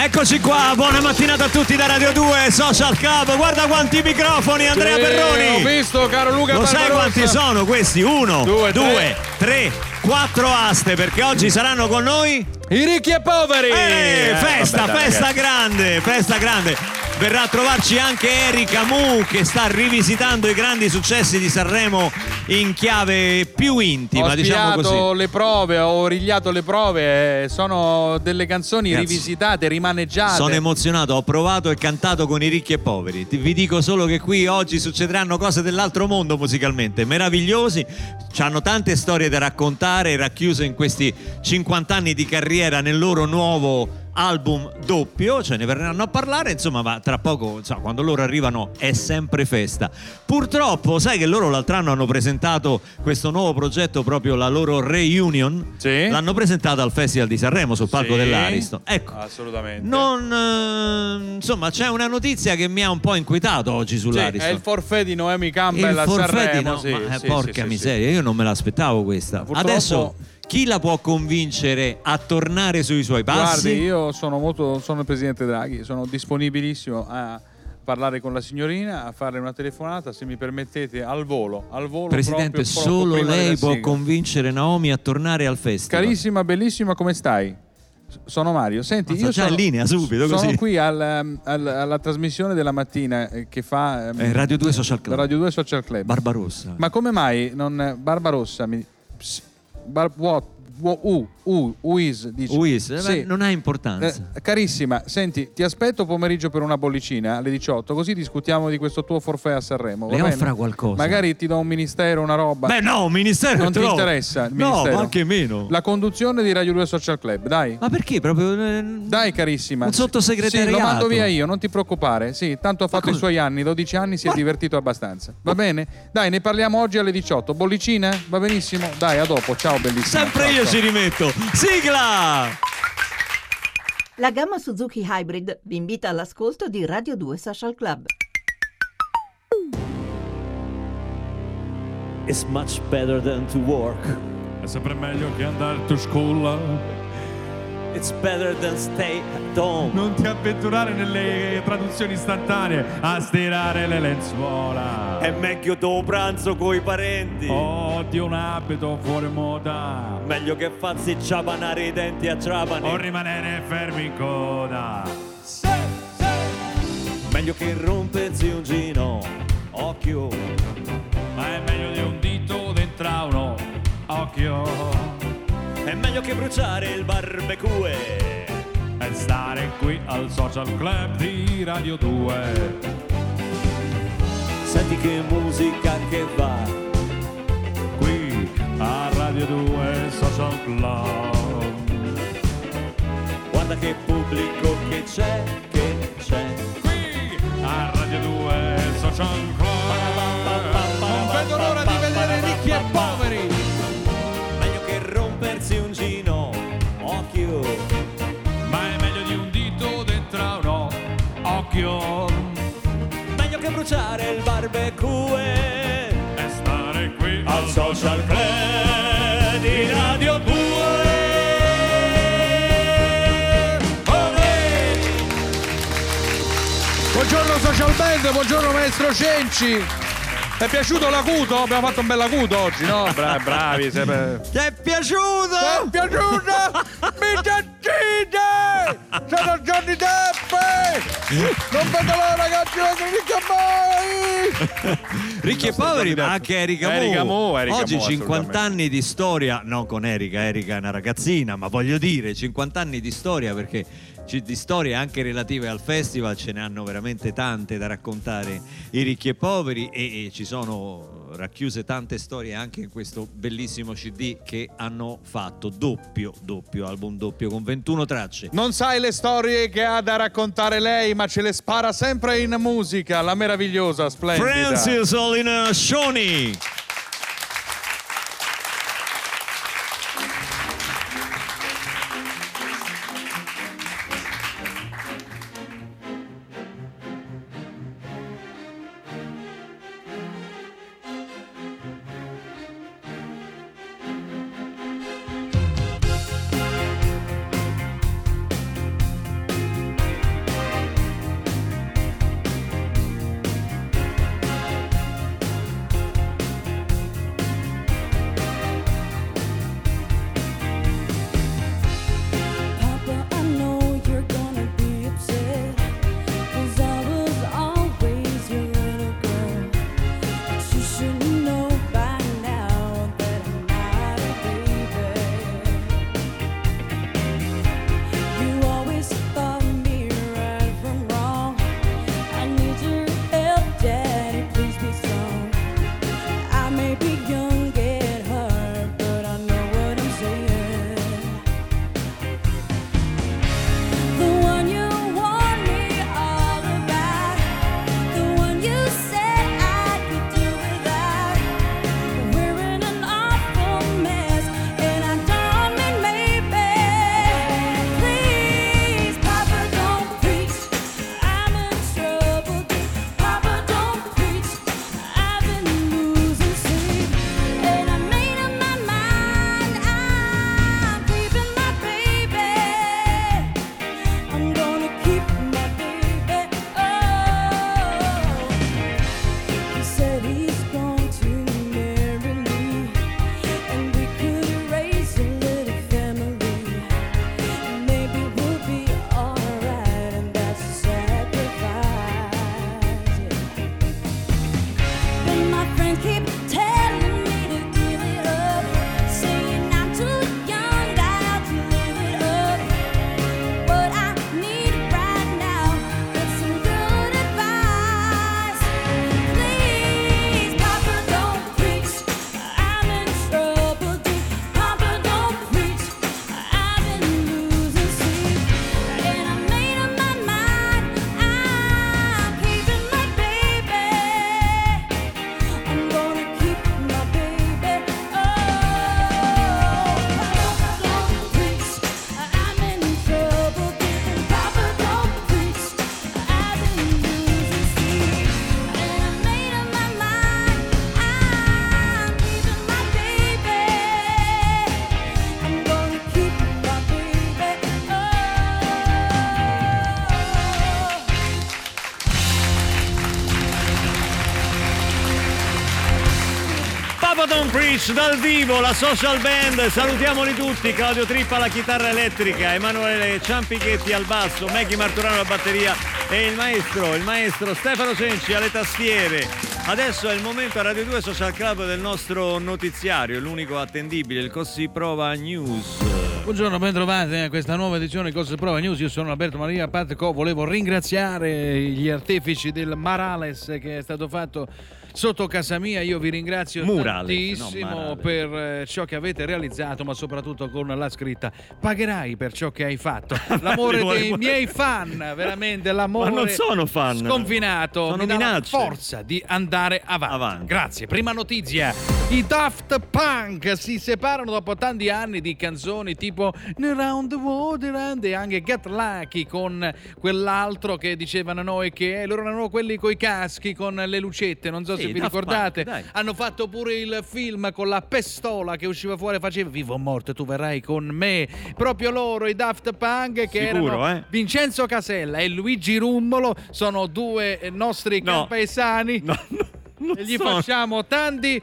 Eccoci qua, buona mattinata a tutti da Radio 2 Social Club. Guarda quanti microfoni, Andrea Perroni. Ho visto, caro Luca. Lo sai quanti sono questi? 1, 2, 3, 4 aste, perché oggi saranno con noi i ricchi e poveri. Festa grande. Verrà a trovarci anche Erika Mu, che sta rivisitando i grandi successi di Sanremo in chiave più intima, diciamo così. Ho le prove, ho origliato le prove, sono delle canzoni rivisitate, rimaneggiate. Sono emozionato, ho provato e cantato con i ricchi e poveri. Vi dico solo che qui oggi succederanno cose dell'altro mondo musicalmente, meravigliosi. C'hanno tante storie da raccontare, racchiuse in questi 50 anni di carriera nel loro nuovo album doppio, ce ne verranno a parlare, insomma, ma tra poco, insomma, quando loro arrivano è sempre festa. Purtroppo, sai che loro l'altro anno hanno presentato questo nuovo progetto, proprio la loro reunion, sì. L'hanno presentata al Festival di Sanremo sul palco dell'Ariston. Ecco, assolutamente. Insomma, c'è una notizia che mi ha un po' inquietato oggi sull'Ariston. È il forfait di Noemi Campbell a Sanremo. Porca miseria, io non me l'aspettavo questa. Purtroppo... Adesso chi la può convincere a tornare sui suoi passi? Guardi, io sono il presidente Draghi, sono disponibilissimo a parlare con la signorina, a fare una telefonata, se mi permettete, al volo. Presidente, solo lei può convincere Naomi a tornare al festival. Carissima, bellissima, come stai? Sono Mario. Senti, io sono in linea subito così. Sono qui alla trasmissione della mattina che fa Radio 2 Social Club. Radio 2 Social Club. Barbarossa. Ma come mai non Barbarossa who is, dice. Sì. Non ha importanza. Carissima, senti, ti aspetto pomeriggio per una bollicina alle 18, così discutiamo di questo tuo forfait a Sanremo. Le offra qualcosa? Magari ti do un ministero, una roba. Beh, no, un ministero non ti interessa il ministero? No, ma anche meno. La conduzione di Radio 2 Social Club, dai. Ma perché proprio? Dai, carissima. Un sottosegretariato. Sì, lo mando via io, non ti preoccupare. Sì, tanto ha fatto i suoi anni, 12 anni, si è divertito abbastanza. Va bene? Dai, ne parliamo oggi alle 18. Bollicina? Va benissimo? Dai, a dopo. Ciao, bellissima. Sempre io ci rimetto. Sigla! La gamma Suzuki Hybrid vi invita all'ascolto di Radio 2 Social Club. It's much better than to work. È sempre meglio che andare to school. It's better than stay at home. Non ti avventurare nelle traduzioni istantanee a stirare le lenzuola. È meglio dopo pranzo coi parenti. Odio un abito fuori moda. Meglio che farsi ciapanare i denti a Trapani. O rimanere fermi in coda. Meglio che rompersi un gino. Occhio. Ma è meglio di un dito dentro uno. Occhio. È meglio che bruciare il barbecue e stare qui al Social Club di Radio 2. Senti che musica che va qui a Radio 2 Social Club. Guarda che pubblico che c'è qui a Radio 2 Social Club. Non vedo l'ora di vedere ricchi e poveri. Rompersi un gino, occhio. Ma è meglio di un dito dentro uno, occhio. Meglio che bruciare il barbecue e stare qui al Social Club di Radio 2. Buongiorno Social Band, buongiorno maestro Cenci. Ti è piaciuto l'acuto? Abbiamo fatto un bel acuto oggi, no? Bravi. Ti è piaciuto? Ti è piaciuto? Mi giacite! Sono Johnny Depp! Non vedo l'ora, ragazzi, ricchi e poveri, ma anche Erika Mu. Oggi 50 anni di storia, non con Erika è una ragazzina, ma voglio dire 50 anni di storia, perché di storie anche relative al festival ce ne hanno veramente tante da raccontare i ricchi e poveri, e ci sono racchiuse tante storie anche in questo bellissimo CD che hanno fatto doppio album doppio con 21 tracce. Non sai le storie che ha da raccontare lei, ma ce le spara sempre in musica, la meravigliosa, splendida Francis Olina Shoni. Preach dal vivo, la social band, salutiamoli tutti, Claudio Trippa alla chitarra elettrica, Emanuele Ciampichetti al basso, Maggie Marturano alla batteria e il maestro Stefano Cenci alle tastiere. Adesso è il momento a Radio 2 Social Club del nostro notiziario, l'unico attendibile, il Così Prova News. Buongiorno, ben trovati a questa nuova edizione di Così Prova News. Io sono Alberto Maria Patco, volevo ringraziare gli artefici del Marales che è stato fatto sotto casa mia. Io vi ringrazio tantissimo per ciò che avete realizzato, ma soprattutto con la scritta pagherai per ciò che hai fatto. L'amore dei miei fan, veramente l'amore. Ma non sono fan sconfinato, sono mi dà la minacce. forza di andare avanti. Grazie. Prima notizia: i Daft Punk si separano dopo tanti anni di canzoni tipo Around the World e anche Get Lucky, con quell'altro che dicevano a noi che loro erano quelli coi caschi con le lucette, non so se vi ricordate. Hanno fatto pure il film con la pistola che usciva fuori e faceva vivo o morto tu verrai con me. Proprio loro, i Daft Punk, che erano Vincenzo Casella e Luigi Rummolo, sono due nostri compaesani. E gli facciamo tanti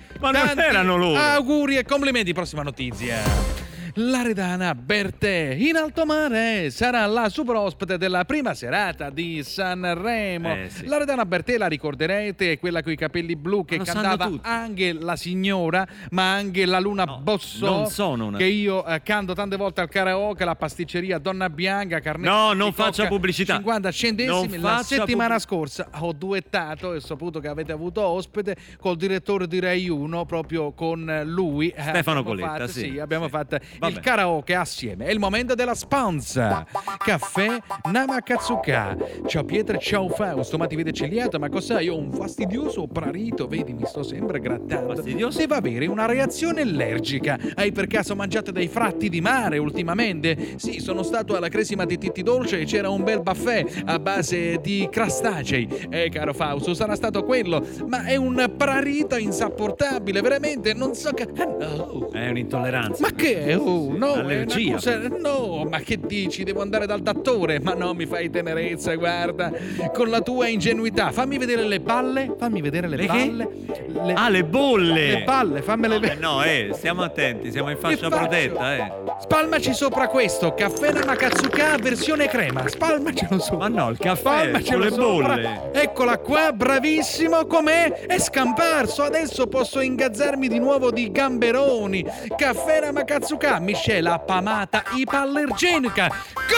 auguri e complimenti. Prossima notizia: Loredana Bertè in alto mare sarà la super ospite della prima serata di Sanremo. Loredana Bertè, la ricorderete, è quella con i capelli blu che cantava anche La Signora, ma anche La Luna Bossò, che io canto tante volte al karaoke, la pasticceria Donna Bianca, Carnetto. Non faccia pubblicità. 50 centesimi. La settimana scorsa ho duettato e ho saputo che avete avuto ospite col direttore di Rai 1, proprio con lui, Stefano Coletta. Abbiamo fatto il karaoke assieme. È il momento della sponsor. Caffè Namakatsuka. Ciao Pietro, ciao Fausto, ma ti vede celiato? Ma cos'hai? Io ho un fastidioso prurito, vedi, mi sto sempre grattando. Fastidioso? Deve avere una reazione allergica. Hai per caso mangiato dei fratti di mare ultimamente? Sì, sono stato alla Cresima di Titti Dolce e c'era un bel buffet a base di crostacei. Caro Fausto, sarà stato quello, ma è un prurito insopportabile, veramente, non so che... no. È un'intolleranza. Ma che è? No, allergia. No, ma che dici? Devo andare dal dottore. Ma no, mi fai tenerezza, guarda. Con la tua ingenuità. Fammi vedere le palle. Fammi vedere le palle. Le bolle. Le palle, fammele vedere. No, stiamo attenti, siamo in fascia protetta, Spalmaci sopra questo caffè Namakatsuka versione crema. Spalmacelo sopra. Ma no, il caffè con le bolle. Eccola qua, bravissimo. Com'è? È scomparso. Adesso posso ingazzarmi di nuovo di gamberoni. Caffè Namakatsuka, miscela pamata ipoallergenica.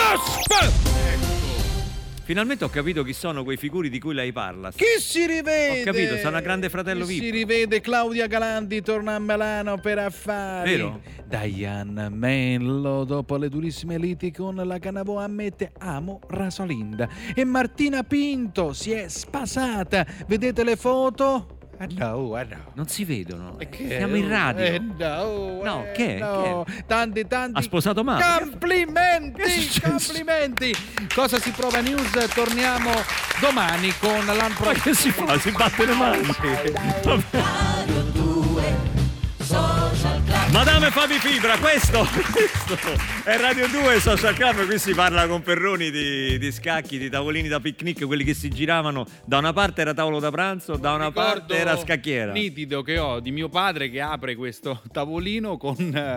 Gasp! Finalmente ho capito chi sono quei figuri di cui lei parla. Chi si rivede? Ho capito, sono a Grande Fratello VIP. Si rivede Claudia Galanti, torna a Milano per affari. Vero? Diane Mello, dopo le durissime liti con la Cannavò, ammette amo Rosalinda. E Martina Pinto si è spasata. Vedete le foto? No. Non si vedono. Siamo in radio. Che? Tanti. Ha sposato male. Complimenti. Cosa si prova news? Torniamo domani con l'altro. Ma che si fa? Si batte le mani. Madame Fabi Fibra, questo è Radio 2 Social Club. Qui si parla con Perroni di scacchi, di tavolini da picnic, quelli che si giravano. Da una parte era tavolo da pranzo, da una parte era scacchiera. Nitido che ho di mio padre che apre questo tavolino con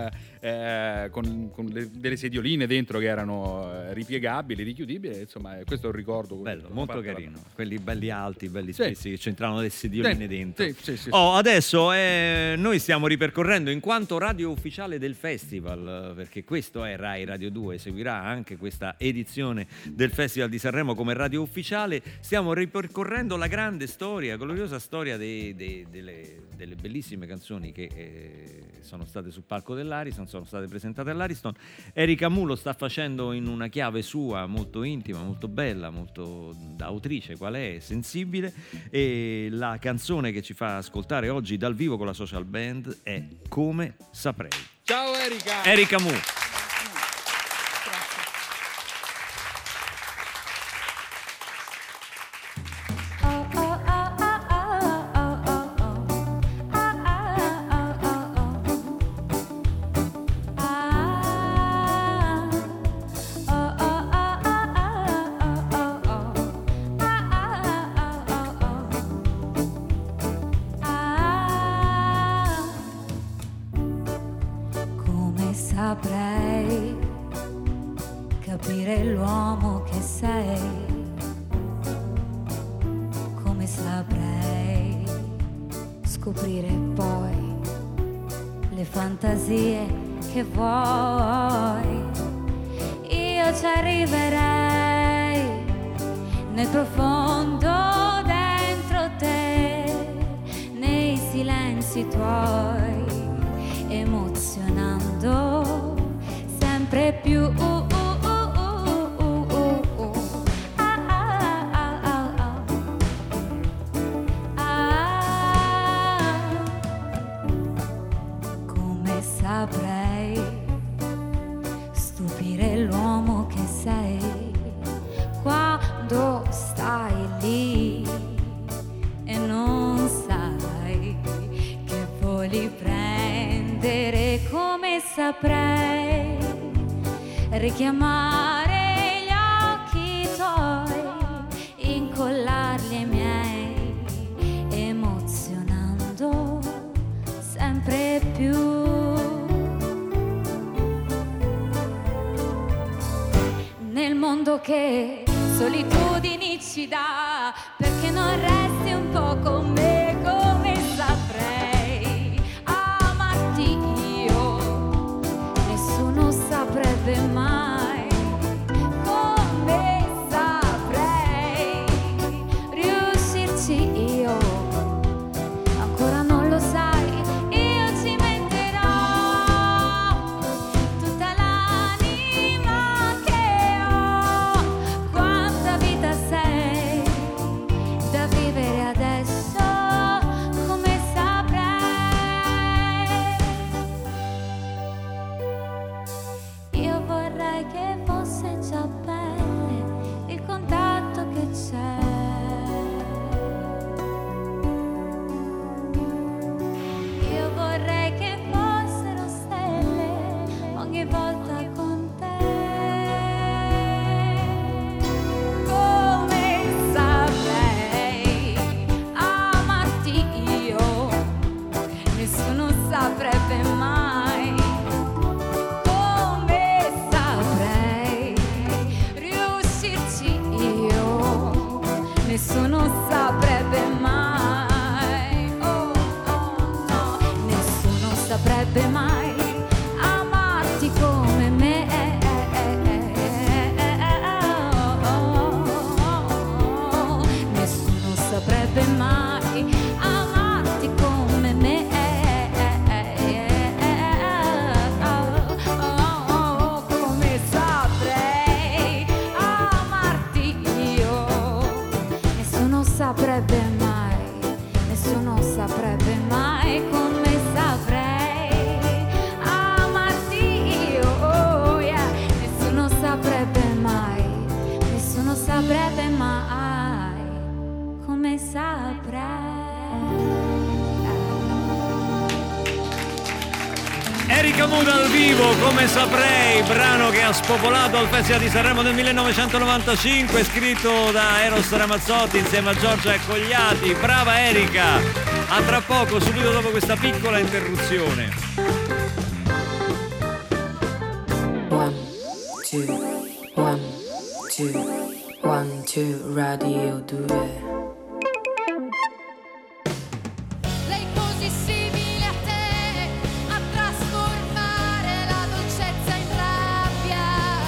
delle sedioline dentro che erano ripiegabili, richiudibili. Insomma, questo è un ricordo bello, molto carino. Quelli belli alti, belli spessi, che c'entravano le sedioline dentro. Sì. Adesso noi stiamo ripercorrendo, in quanto radio ufficiale del festival, perché questo è Rai Radio 2, seguirà anche questa edizione del Festival di Sanremo come radio ufficiale. Stiamo ripercorrendo la grande storia, gloriosa storia delle bellissime canzoni che sono state sul palco dell'Ariston, sono state presentate all'Ariston. Erika Mu lo sta facendo in una chiave sua molto intima, molto bella, molto da autrice, qual è, sensibile, e la canzone che ci fa ascoltare oggi dal vivo con la social band è Come Saprei. Ciao Erika! Erika Mu. stupire l'uomo che sei, come saprei scoprire poi le fantasie che vuoi. Io ci arriverei nel profondo dentro te, nei silenzi tuoi, emozionando sempre più. Come saprei stupire l'uomo che sei quando stai lì e non sai che voli prendere. Come saprei richiamare gli occhi tuoi, incollarli ai miei, emozionando sempre più. Nel mondo che solitudini ci dà, perché non resti un po' con me? Come saprei amarti io, nessuno saprebbe mai. Come saprei riuscirci io, ancora non lo sai. Io ci metterò tutta l'anima che ho. Quanta vita sei da vivere adesso, come saprei. Io vorrei che fosse già pelle il contatto che c'è. Io vorrei che fossero stelle ogni volta con te. Come saprei amarti io, nessuno saprebbe mai. Come saprei riuscirci io, nessuno saprebbe mai. Oh, oh, no, nessuno saprebbe mai amarti come me. Nessuno saprebbe mai amarti come me. Come saprei amarti io, nessuno saprebbe mai, nessuno saprebbe mai. Come saprei amarti io, oh yeah, nessuno saprebbe mai, nessuno saprebbe mai. Come saprei. Erika Muda dal vivo, come saprei, brano che ha spopolato al Festival di Sanremo del 1995, scritto da Eros Ramazzotti insieme a Giorgia Cogliati. Brava Erika, a tra poco, subito dopo questa piccola interruzione. 1, 2, 1, 2, 1, 2, Radio 2. Lei così simile a te, a trasformare la dolcezza in rabbia.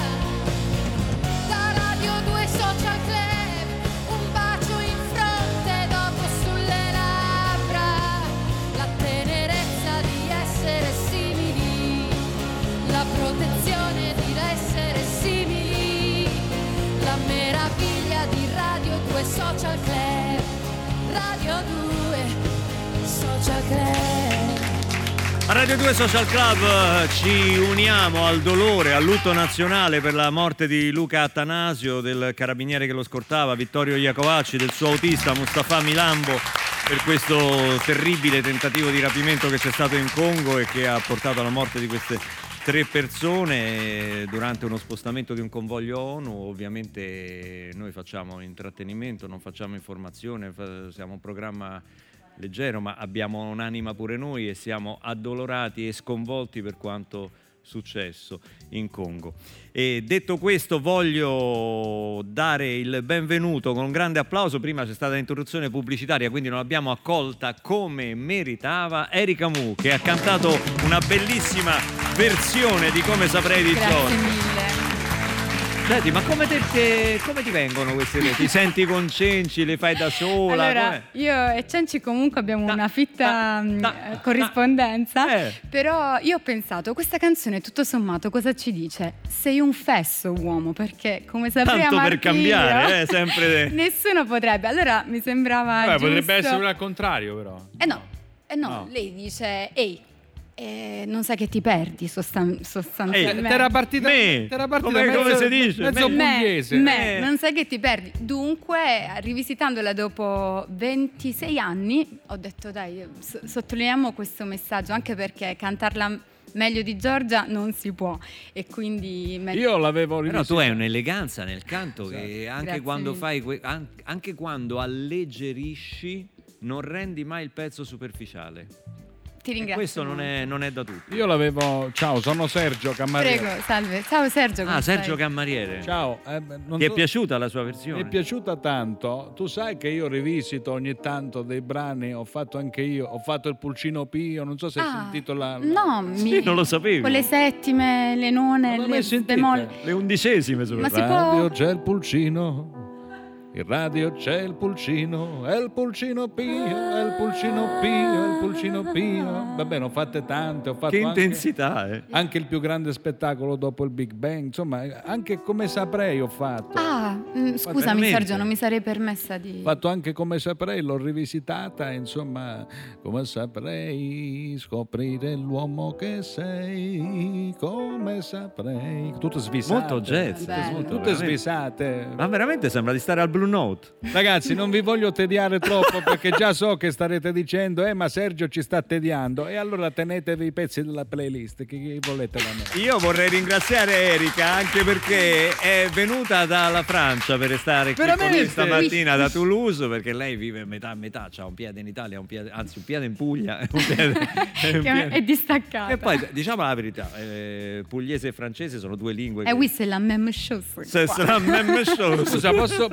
Da Radio 2 Social Club, un bacio in fronte, dopo sulle labbra. La tenerezza di essere simili, la protezione di essere simili, la meraviglia di Radio 2 Social Club. Radio 2 Social Club. A Radio 2 Social Club ci uniamo al dolore, al lutto nazionale per la morte di Luca Attanasio, del carabiniere che lo scortava, Vittorio Iacovacci, del suo autista Mustafa Milambo, per questo terribile tentativo di rapimento che c'è stato in Congo e che ha portato alla morte di queste 3 persone durante uno spostamento di un convoglio ONU. Ovviamente noi facciamo intrattenimento, non facciamo informazione, siamo un programma leggero, ma abbiamo un'anima pure noi e siamo addolorati e sconvolti per quanto successo in Congo. E detto questo, voglio dare il benvenuto con un grande applauso. Prima c'è stata l'interruzione pubblicitaria, quindi non l'abbiamo accolta come meritava, Erika Mu, che ha cantato una bellissima versione di Come saprei di Grazie Giorgio. mille. Senti, ma come ti vengono queste idee? Ti senti con Cenci, le fai da sola? Allora, Com'è? io e Cenci comunque abbiamo una fitta corrispondenza, però io ho pensato, questa canzone tutto sommato cosa ci dice? Sei un fesso uomo, perché come saprei Tanto amarti per cambiare, io, sempre... nessuno potrebbe. Allora mi sembrava giusto. Potrebbe essere al contrario, però. No, lei dice, ehi, non sai che ti perdi sostanzialmente. T'era partita come si dice? Mezzo pugliese. Non sai che ti perdi. Dunque, rivisitandola dopo 26 anni, ho detto dai, sottolineiamo questo messaggio, anche perché cantarla meglio di Giorgia non si può, e quindi io l'avevo Però tu hai un'eleganza nel canto che anche Grazie quando mille. anche quando alleggerisci non rendi mai il pezzo superficiale. Ti ringrazio. E questo non molto. è da tutti. Io l'avevo. Ciao, sono Sergio Cammariere. Prego, salve. Ciao Sergio. come Sergio stai? Cammariere. Ciao. Ti è piaciuta la sua versione? Mi è piaciuta tanto. Tu sai che io rivisito ogni tanto dei brani, ho fatto anche io, ho fatto il Pulcino Pio, non so se hai sentito la... No, Sì, non lo sapevi. Con le settime, le none, Non l'ho mai le sentite. bemolle. Le undicesime Ma si radio può... c'è il Pulcino. In radio c'è il Pulcino, è il Pulcino Pio, è il Pulcino Pio, è il Pulcino Pio. Va bene, ho fatte tante, ho fatto Che anche, intensità, anche il più grande spettacolo dopo il Big Bang, insomma, anche Come saprei ho fatto. scusami veramente? Sergio, non mi sarei permessa di... Ho fatto anche Come saprei, l'ho rivisitata, insomma, come saprei scoprire l'uomo che sei, come saprei. Tutte svisate. Molto jazz. Bello. Tutte veramente. svisate. Ma veramente sembra di stare al Blue Note. Ragazzi, non vi voglio tediare troppo perché già so che starete dicendo ma Sergio ci sta tediando, e allora tenetevi i pezzi della playlist che volete da me. Io vorrei ringraziare Erika anche perché è venuta dalla Francia per stare qui con Veramente? noi stamattina da Toulouse, perché lei vive metà a metà, c'ha un piede in Italia, un piede in Puglia e un piede, che è distaccata. E poi diciamo la verità, pugliese e francese sono due lingue oui, c'est la même chose. c'est la même chose. Scusa,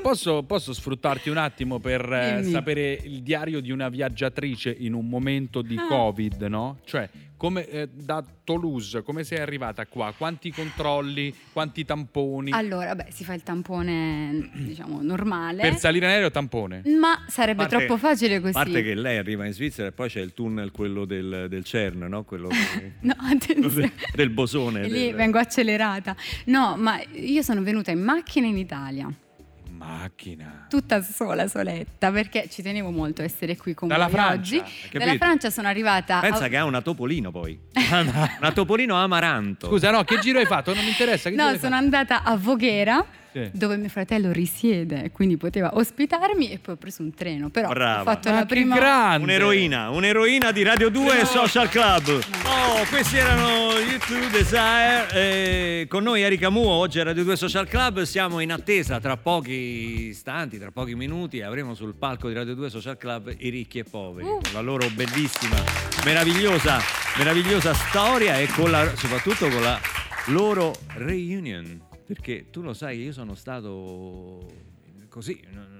posso sfruttarti un attimo per Dimmi. sapere il diario di una viaggiatrice in un momento di Covid, no? Cioè, come da Toulouse, come sei arrivata qua? Quanti controlli, quanti tamponi? Allora, si fa il tampone, diciamo, normale. Per salire in aereo tampone? Ma sarebbe troppo facile così. A parte che lei arriva in Svizzera e poi c'è il tunnel, quello del CERN, no? Quello No, attenzione. del bosone. E lì vengo accelerata. No, ma io sono venuta in macchina in Italia. Macchina. Tutta sola, soletta, perché ci tenevo molto a essere qui con Dalla voi Francia, oggi. capito? Dalla Francia sono arrivata. Pensa che ha una Topolino poi. Una Topolino Amaranto. Scusa, no, che giro hai fatto? Non mi interessa. Che giro No, hai sono fatto? andata a Voghera, Sì. dove mio fratello risiede, quindi poteva ospitarmi, e poi ho preso un treno. Però Brava. ho fatto Ma la che prima. grande. Un'eroina di Radio 2 Social Club. Oh, questi erano YouTube Desire. Con noi Erika Mu, oggi a Radio 2 Social Club. Siamo in attesa, tra pochi istanti, tra pochi minuti, avremo sul palco di Radio 2 Social Club i ricchi e poveri, con la loro bellissima, meravigliosa storia e soprattutto con la loro reunion. Perché tu lo sai, io sono stato così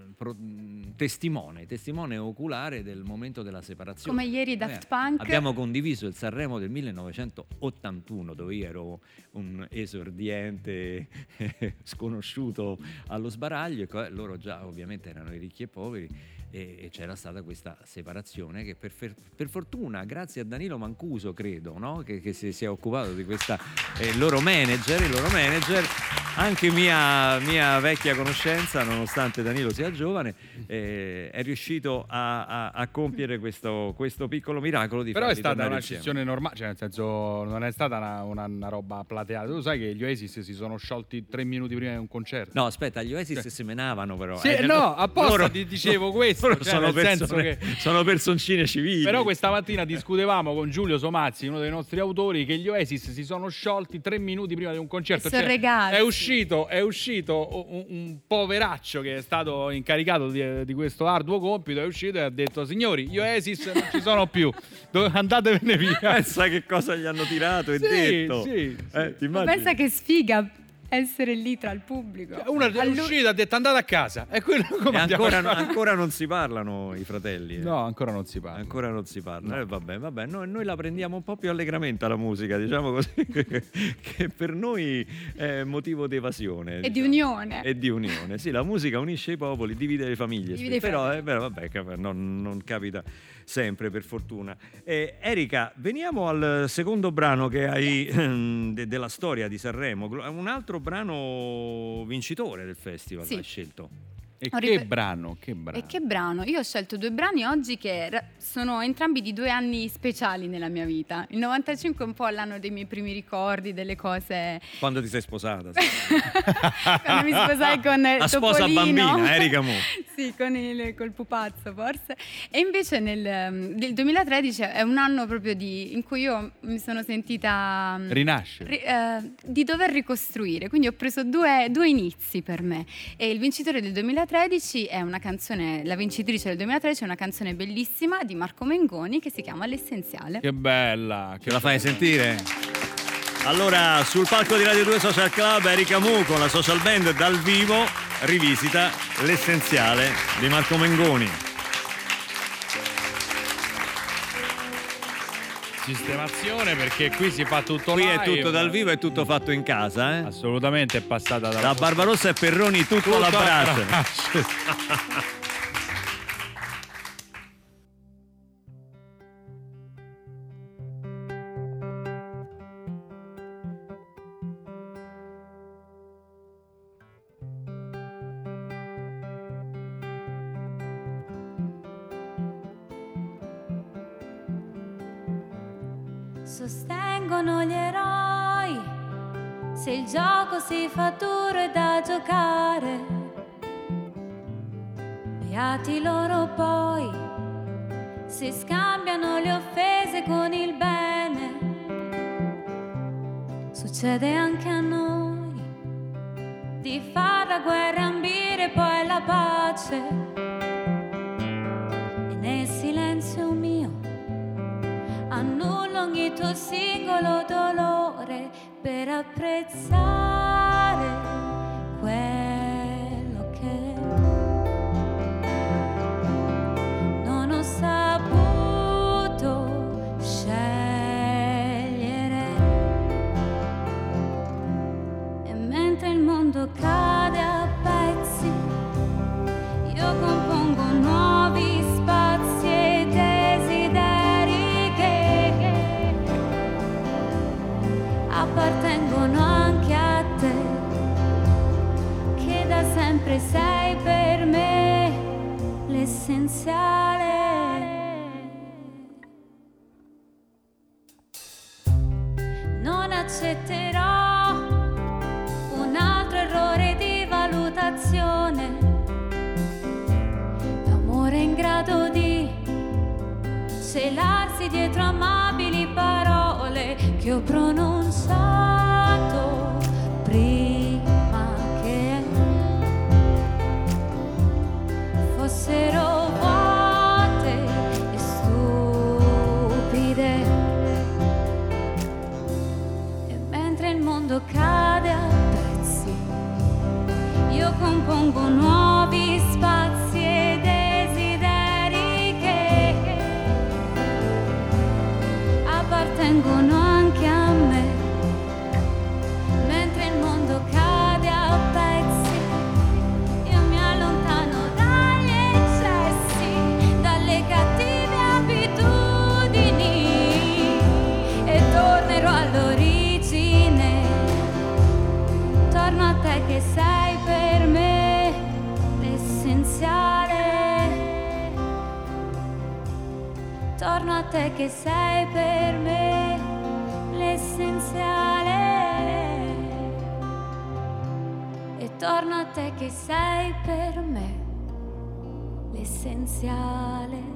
testimone oculare del momento della separazione. Come ieri Daft Punk. Abbiamo condiviso il Sanremo del 1981, dove io ero un esordiente sconosciuto allo sbaraglio, e loro già ovviamente erano i ricchi e poveri, e c'era stata questa separazione che per fortuna, grazie a Danilo Mancuso, credo, no? che si è occupato di questa, il loro manager, anche mia vecchia conoscenza, nonostante Danilo sia giovane, è riuscito a compiere questo piccolo miracolo di Però è farli stata tornare una insieme. sessione normale, cioè nel senso non è stata una roba plateata. Tu sai che gli Oasis si sono sciolti 3 minuti prima di un concerto. No, aspetta, gli Oasis si menavano però. Sì, no, apposta loro- ti dicevo questo. maestro, cioè, nel senso che... sono personcine civili. Però questa mattina discutevamo con Giulio Somazzi, uno dei nostri autori, che gli Oasis si sono sciolti 3 minuti prima di un concerto. Sono regati. È uscito un poveraccio che è stato incaricato di questo arduo compito, è uscito e ha detto: signori, gli Oasis non ci sono più, andatevene via. Sai che cosa gli hanno tirato e Sì, detto? sì. Ti immagini? Pensa che sfiga essere lì tra il pubblico. Uno è uscito e ha detto: andate a casa. E quello come ancora non si parlano i fratelli. No, ancora non si parla. Ancora non si parla. Vabbè. Noi la prendiamo un po' più allegramente la musica, diciamo così, che per noi è motivo di evasione. E di unione. E di unione. Sì, la musica unisce i popoli, divide le famiglie. Però vabbè, non capita sempre, per fortuna. Erika, veniamo al secondo brano che hai della storia di Sanremo, un altro brano vincitore del festival. Hai scelto. E che brano? E che brano? Io ho scelto 2 brani oggi che sono entrambi di 2 anni speciali nella mia vita. Il 95 è un po' l'anno dei miei primi ricordi, delle cose... Quando ti sei sposata? Quando mi sposai con la sposa Topolino. Bambina, Erika Mu. Sì, col pupazzo forse. E invece nel 2013 è un anno proprio in cui io mi sono sentita... Rinascere. Di dover ricostruire. Quindi ho preso due inizi per me. E il vincitore del 2013 è una canzone, la vincitrice del 2013 è una canzone bellissima di Marco Mengoni che si chiama L'Essenziale. Che bella! Che la fai sentire? Allora, sul palco di Radio 2 Social Club, Erika Mu con la social band dal vivo rivisita L'Essenziale di Marco Mengoni. Sistemazione, perché qui si fa tutto qui live. È tutto dal vivo, è tutto fatto in casa, eh? Assolutamente, è passata da Barbarossa e Perroni tutto alla brace. Sostengono gli eroi, se il gioco si fa duro e da giocare, beati loro poi, si scambiano le offese con il bene. Succede anche a noi di far la guerra e ambire poi la pace, e nel silenzio mio annullo ogni tuo singolo dolore per apprezzare quello che non ho saputo scegliere. E mentre il mondo cade a pezzi, io compongo nuovi spazi e desideri che appartengono anche a te, che da sempre sei per me l'essenziale. Non accetterò un altro errore di valutazione, l'amore in grado di celarsi dietro amabili parole che ho pronunciato prima che fossero vuote e stupide. E mentre il mondo cade a pezzi, io compongo nuovi spazi e desideri che appartengono anche a me. Mentre il mondo cade a pezzi, io mi allontano dagli eccessi, dalle cattive abitudini e tornerò all'origine. Torno a te che sei per me l'essenziale. Torno a te che sei per me l'essenziale. E torno a te che sei per me l'essenziale.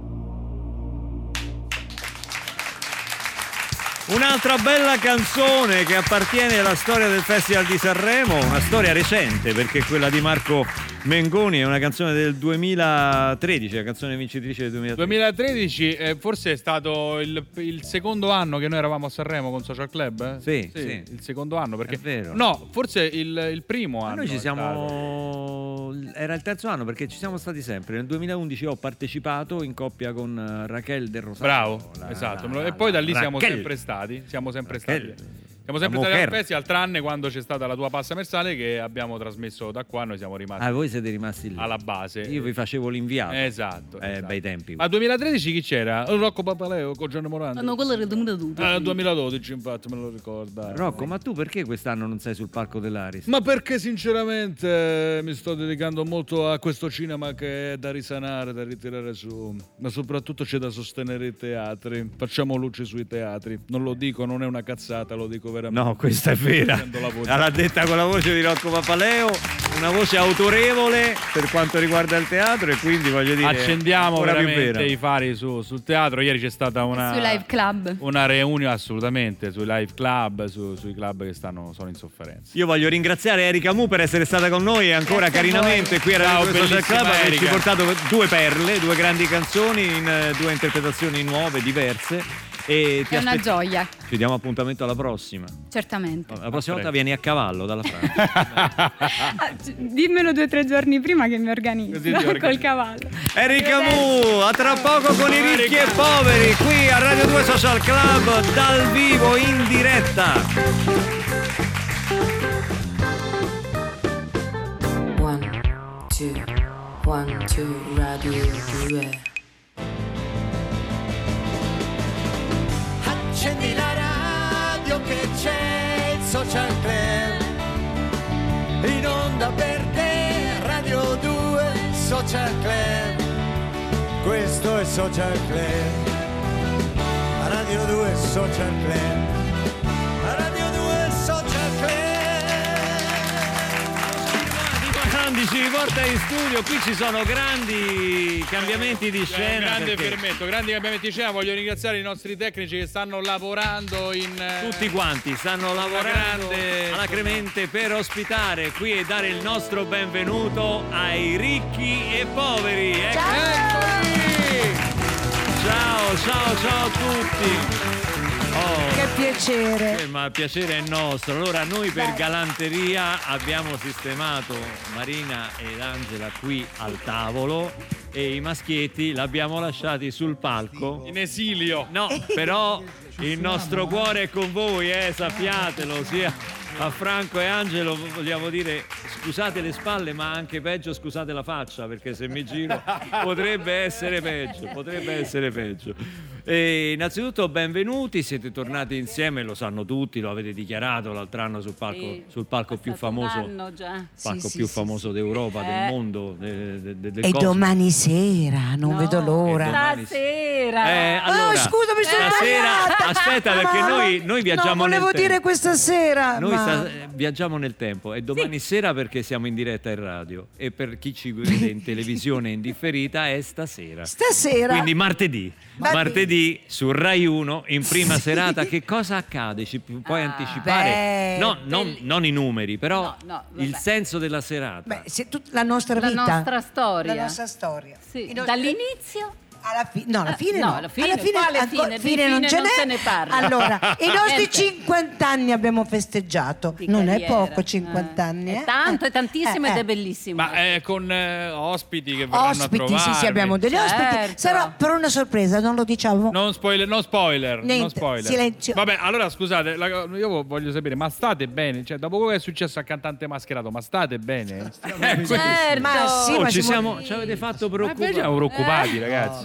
Un'altra bella canzone che appartiene alla storia del Festival di Sanremo, una storia recente perché quella di Marco Mengoni è una canzone del 2013, la canzone vincitrice del 2013. Forse è stato il secondo anno che noi eravamo a Sanremo con Social Club? Sì. Il secondo anno, perché È vero. No, forse il primo anno. Noi ci siamo... Era il terzo anno perché ci siamo stati sempre. Nel 2011 ho partecipato in coppia con Raquel Del Rosario. Bravo, esatto. E poi da lì siamo Raquel. sempre stati. Siamo sempre Raquel. stati. Siamo sempre stati al festival, tranne quando c'è stata la tua passa mersale che abbiamo trasmesso da qua. Noi siamo rimasti. Ah, voi siete rimasti lì alla base. Io vi facevo l'inviato. Esatto. Bei tempi. Ma 2013 chi c'era? Rocco Papaleo con Gianni Morandi. No, quello era il 2012. 2012 infatti, me lo ricorda. Rocco, ma tu perché quest'anno non sei sul palco dell'Aris? Ma perché sinceramente mi sto dedicando molto a questo cinema che è da risanare, da ritirare su, ma soprattutto c'è da sostenere i teatri. Facciamo luce sui teatri. Non lo dico, non è una cazzata, lo dico veramente. No, questa è vera. L'ha detta con la voce di Rocco Papaleo, una voce autorevole per quanto riguarda il teatro, e quindi voglio dire accendiamo veramente più vera. I fari sul teatro. Ieri c'è stata una Sui live club. Una reunione, assolutamente, sui live club, sui club che sono in sofferenza. Io voglio ringraziare Erika Mu per essere stata con noi e ancora carinamente qui a Radio Social Club, averci portato due perle, due grandi canzoni in due interpretazioni nuove, diverse. E È una gioia. Ci diamo appuntamento alla prossima. Certamente. La prossima volta vieni a cavallo dalla Francia. Dimmelo 2 o 3 giorni prima che mi organizzo col cavallo. Erika Mu, a tra poco con i ricchi e poveri qui a Radio 2 Social Club dal vivo in diretta. 1, 2, 1, 2, Radio 2. Accendi la radio che c'è il Social Club, in onda per te, Radio 2 Social Club, questo è Social Club, Radio 2 Social Club, Radio 2 Social Club. Ci riporta in studio, qui ci sono grandi cambiamenti di scena. Grandi cambiamenti di scena. Voglio ringraziare i nostri tecnici che stanno lavorando tutti quanti stanno lavorando alacremente per ospitare qui e dare il nostro benvenuto ai ricchi e poveri. Eccoli! Ciao a tutti. Che piacere. Ma il piacere è nostro. Allora noi per galanteria abbiamo sistemato Marina ed Angela qui al tavolo e i maschietti l'abbiamo lasciati sul palco in esilio. No, però il nostro cuore è con voi, sappiatelo, sia a Franco e Angelo vogliamo dire scusate le spalle, ma anche peggio scusate la faccia, perché se mi giro potrebbe essere peggio. E innanzitutto benvenuti, siete tornati insieme, lo sanno tutti, lo avete dichiarato l'altro anno sul palco più famoso, famoso d'Europa, del mondo, del e cosmo. domani sera, non vedo l'ora. Stasera. Allora, scusa, mi sono sbagliata. Aspetta, perché noi viaggiamo no, volevo nel tempo. dire questa sera. Noi viaggiamo nel tempo e domani sera, perché siamo in diretta in radio, e per chi ci vede in televisione in differita è stasera. Quindi martedì su Rai 1 in prima serata. Che cosa accade? Ci puoi anticipare? Non i numeri, però il senso della serata. La nostra vita. La nostra storia. La nostra storia. Sì. Dall'inizio alla fine no. Alla fine non ce se ne parla. Allora, i nostri 50 anni abbiamo festeggiato. Non è poco 50 anni. È tanto, è tantissimo ed è bellissimo. Ma con ospiti che verranno a trovarvi. Sì, abbiamo degli ospiti. Sarà per una sorpresa, non lo diciamo. Non spoiler. Silenzio. Vabbè, allora scusate, io voglio sapere, ma state bene? Cioè, dopo quello che è successo al cantante mascherato, ma state bene? Certo. Ma sì, ci avete fatto preoccupati. Siamo preoccupati, ragazzi.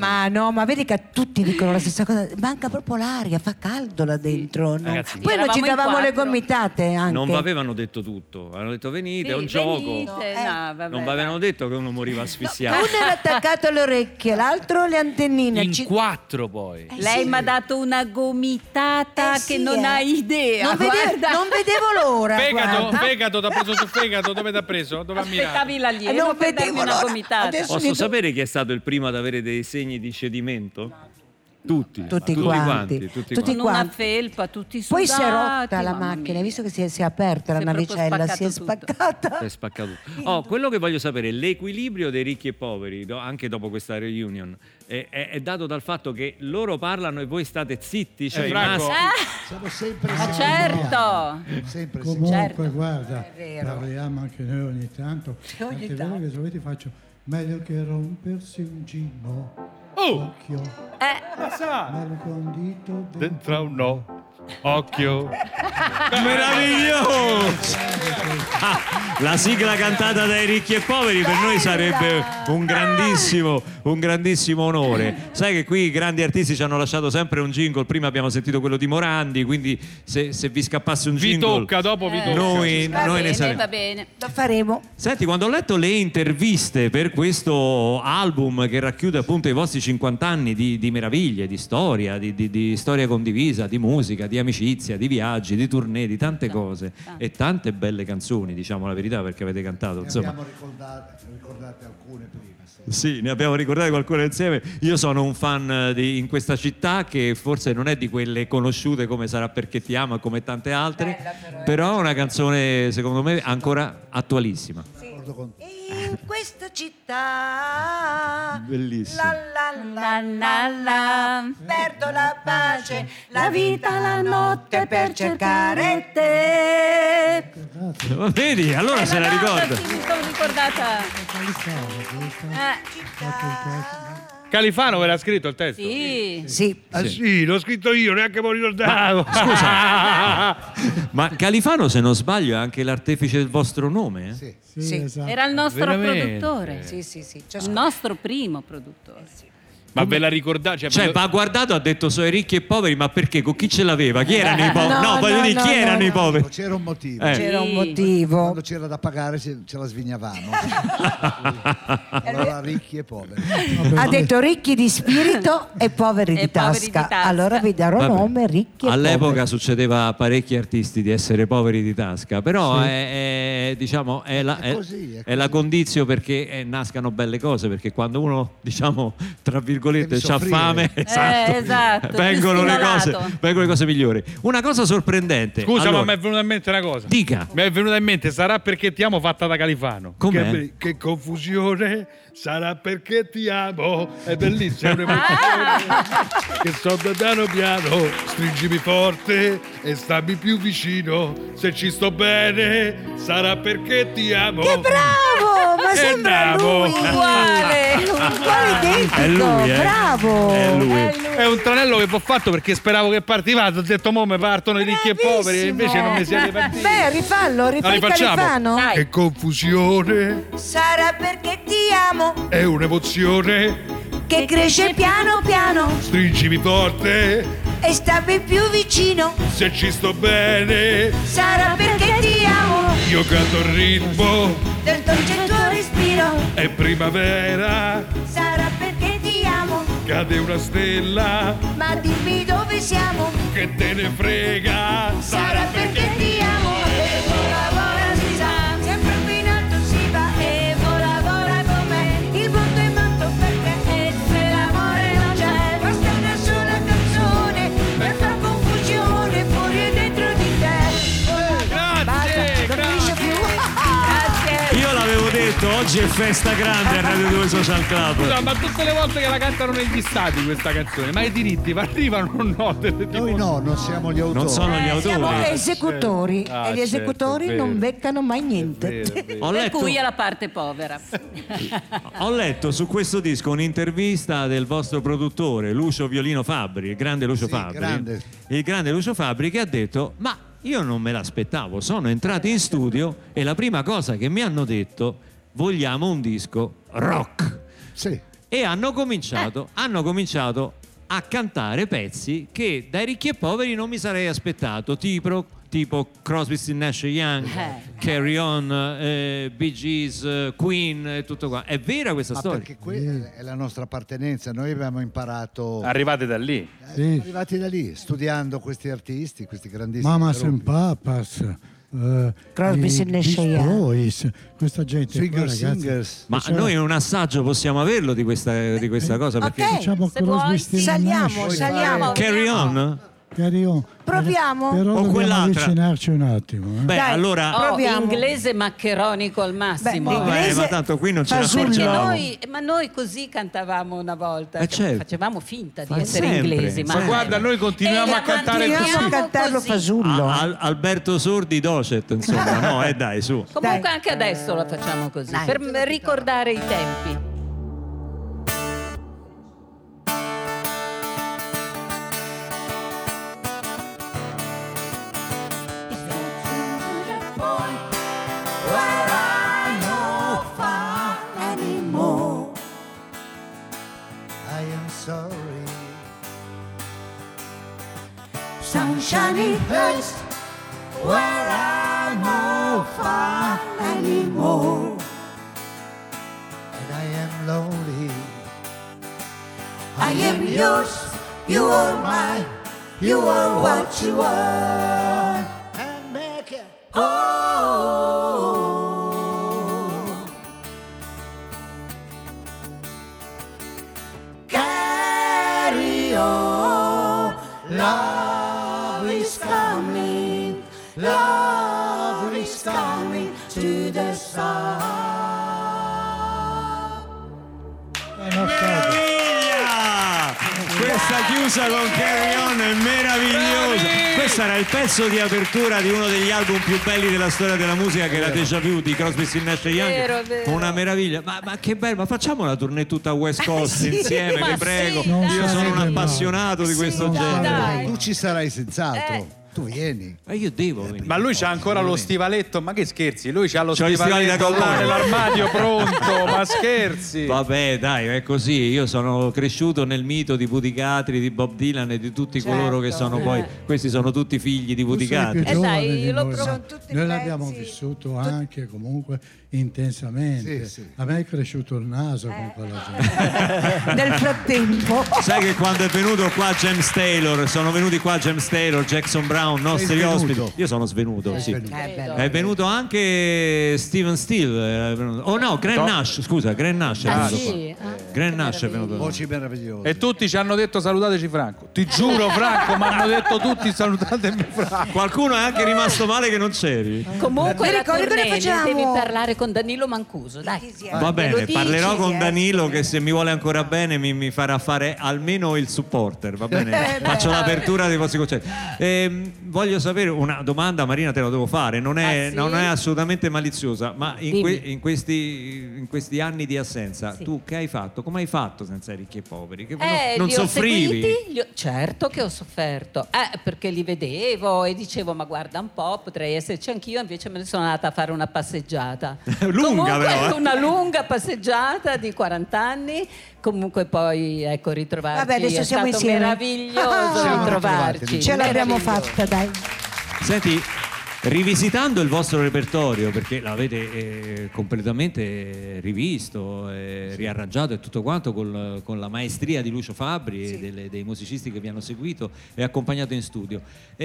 Ma no, ma vedi che tutti dicono la stessa cosa, manca proprio l'aria, fa caldo là dentro. No? Ragazzi, poi non ci davamo le gomitate anche. Non vi avevano detto tutto, avevano detto venite, è un gioco. Non vi avevano detto che uno moriva asfissiato. Uno era attaccato alle orecchie, l'altro le antennine. In 4 poi. Lei mi ha dato una gomitata che non ha idea. Non vedevo l'ora. Fegato, t'ha preso sul fegato, dove t'ha preso? Dove ha mirato? Aspettavi l'alieno Non per darmi vedevo una l'ora. gomitata. Adesso Posso sapere chi è stato il primo ad avere dei segni di cedimento? Tutti quanti. Con una felpa, tutti sudati. Poi si è rotta la mamma macchina, mia. visto che si è aperta la Si è proprio navicella, si è spaccato spaccata. Si è spaccato. Quello che voglio sapere è l'equilibrio dei ricchi e poveri, anche dopo questa reunion. È dato dal fatto che loro parlano e voi state zitti, cioè i maschi. Siamo sempre Ma certo. sempre Comunque, certo. guarda, È vero. parliamo anche noi ogni tanto. Ogni Anche tanto. voi che dovete faccio meglio che rompersi un gino. Oh! Occhio. Sa! Meglio che un dito Dentro un no. Occhio. Meraviglioso! La sigla cantata dai ricchi e poveri per noi sarebbe un grandissimo onore. Sai che qui i grandi artisti ci hanno lasciato sempre un jingle. Prima abbiamo sentito quello di Morandi, quindi se vi scappasse un Vi jingle tocca, dopo vi tocca. noi ne saremo. Va bene. Lo faremo. Senti, quando ho letto le interviste per questo album che racchiude appunto i vostri 50 anni di meraviglie, di storia, di storia condivisa, di musica, di amicizia, di viaggi, di tournée, di tante cose e tante belle canzoni, diciamo la verità, perché avete cantato, Ne insomma. abbiamo ricordate alcune prima. Sì, ne abbiamo ricordate qualcuno insieme. Io sono un fan in questa città che forse non è di quelle conosciute come Sarà perché ti amo e come tante altre, però è una canzone secondo me ancora attualissima. In questa città Bellissimo. la perdo la pace, la vita, la notte per cercare te. Ma vedi, allora se la ricorda. Sì, mi sono ricordata. Califano ve l'ha scritto il testo? Sì. Ah sì, l'ho scritto io, neanche me lo ricordavo. Scusa, ma Califano, se non sbaglio, è anche l'artefice del vostro nome? Sì. Sì. Esatto. Era il nostro Veramente? produttore. Sì. Il nostro primo produttore. Ma ve la ricordate? Cioè, va guardato, ha detto sono i ricchi e poveri, ma perché? Con chi ce l'aveva? Chi erano i poveri? No, voglio dire, chi erano i poveri? C'era un motivo. C'era un motivo. Quando c'era da pagare ce la svignavamo. Allora ricchi e poveri. Ha detto ricchi di spirito e poveri di tasca. Allora vi darò Vabbè. nome ricchi e All'epoca poveri. succedeva a parecchi artisti di essere poveri di tasca, però diciamo, è la condizio perché nascano belle cose, perché quando uno, diciamo, tra virgolette, c'ha fame, esatto, vengono più le cose migliori. Una cosa sorprendente. Scusa, allora, ma mi è venuta in mente una cosa. Dica. Mi è venuta in mente Sarà perché ti amo fatta da Califano. Com'è? Che confusione. Sarà perché ti amo. È bellissima, è un'emozione. Che sto andando piano. Stringimi forte e stammi più vicino. Se ci sto bene, sarà perché ti amo. Che bravo! Ma E sembra andiamo. lui! Uguale. Identico! È lui, Bravo! È lui. È un tranello che ho fatto perché speravo che partivate. Ho detto, mo' mi partono i ricchi e poveri. E invece non mi siete partiti. Beh, rifallo, rifai rifacciamo. Califano. Dai. Che confusione. Sarà perché ti amo È un'emozione. che cresce piano piano Stringimi forte. e stammi più vicino. Se ci sto bene. Sarà perché ti amo Io canto il ritmo. del dolce tuo respiro. È primavera. Sarà perché ti amo, Cade una stella. ma dimmi dove siamo. Che te ne frega. Sarà perché ti amo e vola si sa, sempre più in alto si va e vola con me. Il mondo è matto perché e se l'amore non c'è, basta una sola canzone per far confusione fuori e dentro di te. Grazie, Non finisce più. Io l'avevo detto, oggi è festa grande a Radio 2 Social Club. Scusa, ma tutte le volte che la cantano negli stati questa canzone, ma i diritti arrivano o no? Noi no, non siamo gli autori. Non sono gli Siamo autori. esecutori Ah, e gli certo, esecutori è vero. non beccano mai niente. Ho Per letto, cui è la parte povera. ho letto su questo disco un'intervista del vostro produttore Lucio Violino Fabbri, il grande Lucio Sì, Fabbri. grande. Il grande Lucio Fabbri, che ha detto: ma io non me l'aspettavo, sono entrati in studio e la prima cosa che mi hanno detto: vogliamo un disco rock. Sì. e hanno cominciato a cantare pezzi che dai ricchi e poveri non mi sarei aspettato, tipo Crosby, Stills, Nash Young, Carry On, Bee Gees, Queen e tutto qua. È vera questa storia? Perché quella è la nostra appartenenza, noi abbiamo imparato. Arrivate da lì? Siamo arrivati da lì, studiando questi artisti, questi grandissimi. Mamas and Papas. Crosby, Stills, Beach Boys, questa gente qua, ragazzi. Singers. Ma noi un assaggio possiamo averlo di questa cosa? Perché Ok, Diciamo se Crosby, vuoi, Stills, saliamo, Nash. saliamo. Carry On? Carry On. Proviamo? Però O dobbiamo quell'altra. avvicinarci un attimo. Beh, Dai. allora Proviamo. Inglese maccheronico al massimo. ma tanto qui non ce ne fasullo. Perché accorgiamo. ma noi così cantavamo una volta, certo. facevamo finta di Fa essere sempre. inglesi. Ma guarda, noi continuiamo a cantare Continuiamo così. a cantarlo così. fasullo. Alberto Sordi Docet, insomma, no? Dai, su. Comunque Dai. anche adesso la facciamo così, Dai. per ricordare i tempi. I am sorry. Sunshiny place where I no fun anymore. And I am lonely. I am yours, you are mine, you are what you are. And make it. Oh, carry on, love is coming, love is coming to the sun. Meraviglia! Questa chiusa con Carry On è meravigliosa. Questo era il pezzo di apertura di uno degli album più belli della storia della musica, che era Deja Vu di Crosby, Stills, Nash Young. Vero. Una meraviglia. Ma che bello, ma facciamo una tournée tutta a West Coast sì, insieme, ma vi prego. sì, Io sono un dai. appassionato di questo genere. Dai. Tu ci sarai senz'altro. Tu vieni. Ma io devo venire. Ma lui c'ha ancora lo stivaletto, ma che scherzi? Lui c'ha lo C'ho gli stivali da stivaletto là cowboy. nell'armadio pronto, ma scherzi? Vabbè, dai, è così. Io sono cresciuto nel mito di Woody Guthrie, di Bob Dylan e di tutti coloro che sono poi. Questi sono tutti figli di Woody Tu sei più Guthrie. giovane dai, di lo noi. sono Noi l'abbiamo vissuto anche comunque intensamente. Sì, sì. A me è cresciuto il naso con quella gente. Nel frattempo, Sai che quando è venuto qua James Taylor, sono venuti qua James Taylor, Jackson Brown, nostri svenuto. ospiti. Io sono svenuto, sì. bello. È venuto anche Steven Steele. Oh no, Grant Nash, scusa, Grant Nash è venuto sì? qua. Grant Nash è venuto qua. Voci meravigliose. E tutti ci hanno detto salutateci Franco. Ti giuro Franco, mi hanno detto tutti salutatemi Franco. Qualcuno è anche rimasto male che non c'eri. Comunque la Ricordi cosa tournée facciamo? devi parlare con Danilo Mancuso, dai. Va bene, dici, parlerò con Danilo che se mi vuole ancora bene mi farà fare almeno il supporter, va bene? Faccio l'apertura dei vostri concerti. Voglio sapere una domanda, Marina, te la devo fare, non è, sì? non è assolutamente maliziosa, ma in, Dimmi. in questi anni di assenza, tu che hai fatto? Come hai fatto senza i ricchi e poveri? Che non li ho soffrivi? seguiti, certo che ho sofferto, perché li vedevo e dicevo ma guarda un po', potrei esserci anch'io, invece me ne sono andata a fare una passeggiata. Lunga Comunque, però, una lunga passeggiata di 40 anni, comunque poi ecco ritrovarci, Vabbè, adesso è siamo stato insieme. meraviglioso Siamo ritrovarci. ritrovati. ce l'abbiamo meraviglioso. fatta, dai. Senti, rivisitando il vostro repertorio, perché l'avete completamente rivisto, riarrangiato e tutto quanto con la maestria di Lucio Fabbri e dei musicisti che vi hanno seguito e accompagnato in studio,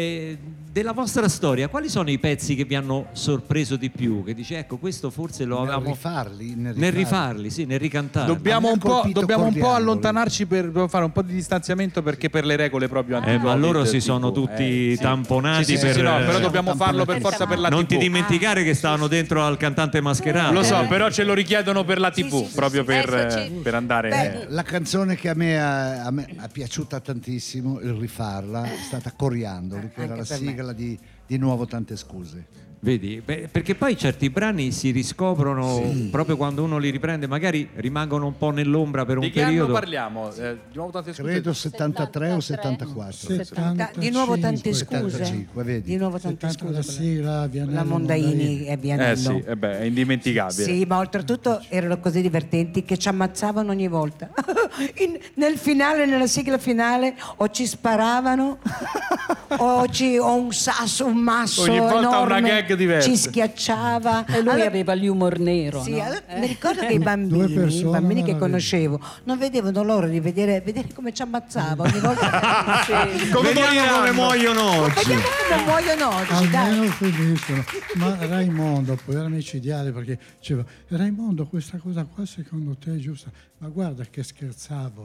della vostra storia, quali sono i pezzi che vi hanno sorpreso di più? Che dice, ecco, questo forse lo Nel avevamo... rifarli, Nel rifarli, sì, nel ricantare. Dobbiamo A me un ha po', colpito dobbiamo un po' Cordiandoli. allontanarci per fare un po' di distanziamento perché per le regole proprio anti-Covid. Ma loro si tipo, sono tutti sì. tamponati Sì, per... no, però dobbiamo farlo per forza per la non TV. ti dimenticare che stavano dentro al cantante mascherato. Lo so, però ce lo richiedono per la TV, proprio per andare... La canzone che a me è piaciuta tantissimo, il rifarla, è stata Coriandoli, che era la sigla di Nuovo Tante Scuse. Vedi? Perché poi certi brani si riscoprono proprio quando uno li riprende, magari rimangono un po' nell'ombra per un Di che periodo. anno parliamo? Di nuovo tante scuse. Credo 73 o 74. Di nuovo tante scuse. 75, vedi? Di nuovo tante 70 la scuse. sigla, Vianello La Mondaini e Vianello. Sì, è indimenticabile. Sì, ma oltretutto erano così divertenti che ci ammazzavano ogni volta. Nel finale, nella sigla finale, o ci sparavano o un sasso, un masso Ogni volta enorme, una gag diversa. ci schiacciava. E lui aveva l'umor nero. Sì, no? allora, mi ricordo che i Due bambini persone che meravigliose. conoscevo non vedevano l'ora di vedere come ci ammazzava ogni volta. Vediamo come muoiono oggi. Vediamo come muoiono oggi, dai. Almeno finiscono. Ma Raimondo poi era micidiale perché diceva: Raimondo, questa cosa qua secondo te è giusta? Ma guarda che scherzavo.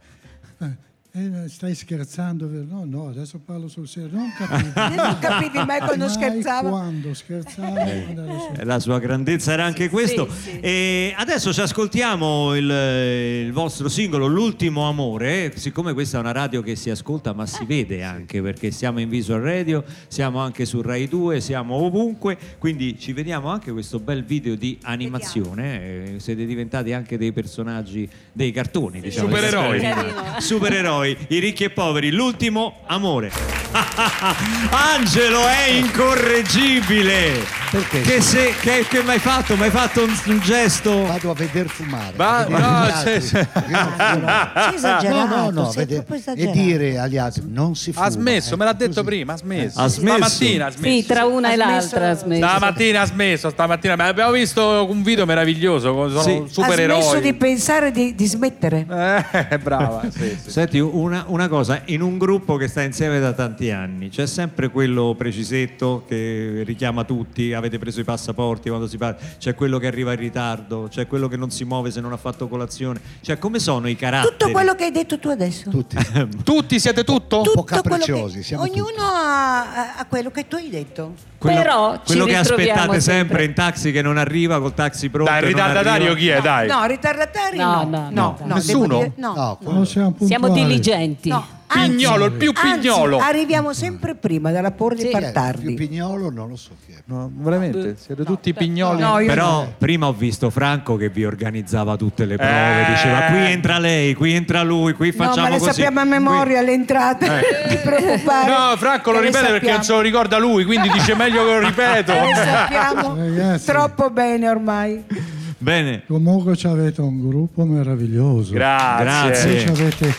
Stai scherzando? No, adesso parlo sul serio. Non capivi. Non capivi mai quando scherzava. Quando scherzava. La sua grandezza era anche questo. sì. E adesso ci ascoltiamo il vostro singolo L'ultimo amore. Siccome questa è una radio che si ascolta ma si vede anche, perché siamo in Visual Radio, siamo anche su Rai 2, siamo ovunque, quindi ci vediamo anche questo bel video di animazione. Siete diventati anche dei personaggi dei cartoni, diciamo. Supereroi. I ricchi e poveri, l'ultimo amore. Angelo è incorreggibile. Perché? Che mi hai fatto? Mi hai fatto un gesto? Vado a veder fumare. Esagerato, sei troppo e esagerato. dire agli altri non si fuma. Ha smesso, me l'ha detto così. prima, ha smesso. Ha smesso? Stamattina ha smesso. Sì, tra una e l'altra ha smesso. Stamattina, ma abbiamo visto un video meraviglioso, sono Ha supereroi. smesso di pensare di smettere. Brava, sì. Senti, una cosa, in un gruppo che sta insieme da tanti anni c'è sempre quello precisetto che richiama tutti, avete preso i passaporti quando si parla, c'è quello che arriva in ritardo, c'è quello che non si muove se non ha fatto colazione, cioè come sono i caratteri? Tutto quello che hai detto tu adesso. Tutti siete tutto? Un po' Tutto quello capricciosi, che, siamo ognuno ha quello che tu hai detto. Però quello ci che ritroviamo aspettate sempre sempre in taxi che non arriva, col taxi pronto. Dai, il e non ritardatario arriva. chi è? Dai. No, ritardatari No. Nessuno? devo dire- no. Non siamo Siamo puntuali. diligenti. No. Pignolo, il più pignolo. Anzi, arriviamo sempre prima dalla porta di Più tardi. pignolo non lo so chi è. No, veramente? Siete tutti pignoli? No, io Però prima ho visto Franco che vi organizzava tutte le prove, diceva qui entra lei, qui entra lui, qui No, facciamo ma le così. sappiamo a memoria le entrate. Non ti preoccupare. No, Franco lo Che le ripete perché non se lo ricorda lui, quindi dice meglio che lo ripeto. Le sappiamo Ragazzi. troppo bene ormai. Bene, Comunque ci avete un gruppo meraviglioso. Grazie. Ci avete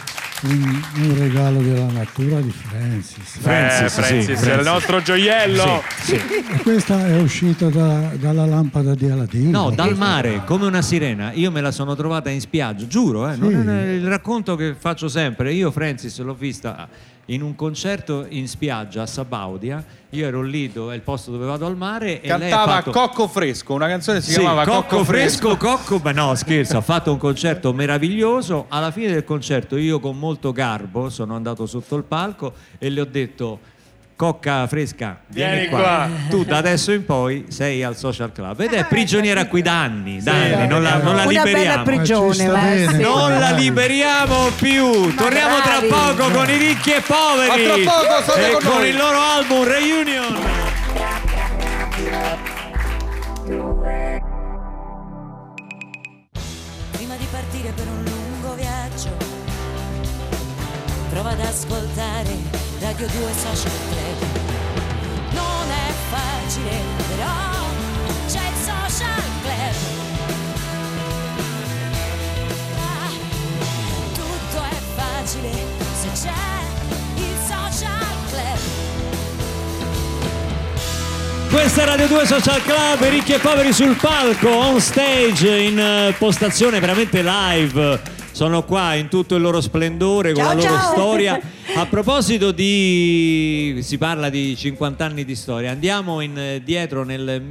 un regalo della natura di Francis. Francis è il nostro gioiello. E questa è uscita dalla lampada di Aladino. no, dal mare, come una sirena. Io me la sono trovata in spiaggia, giuro, non è il racconto che faccio sempre. Io Francis l'ho vista in un concerto in spiaggia a Sabaudia. Io ero lì, è il posto dove vado al mare, e lei ha Cantava fatto... Cocco Fresco, una canzone che si Sì, chiamava Cocco Fresco, ma no, scherzo, ha fatto un concerto meraviglioso. Alla fine del concerto io con molto garbo sono andato sotto il palco e le ho detto: Cocca Fresca, vieni qua. Tu da adesso in poi sei al Social Club ed è prigioniera qui da anni, non la Una bella liberiamo. prigione. Non la liberiamo più. Torniamo tra bravi. poco con i ricchi e poveri A tra poco, state e con con noi. il loro album Reunion. Prima di partire per un lungo viaggio, prova ad ascoltare Radio 2 Social Club. Non è facile, però c'è il Social Club. Ah, tutto è facile se c'è il Social Club. Questa è Radio 2 Social Club, ricchi e poveri sul palco, on stage, in postazione veramente live. Sono qua in tutto il loro splendore, con Ciao, la loro ciao. storia. A proposito si parla di 50 anni di storia, andiamo indietro nel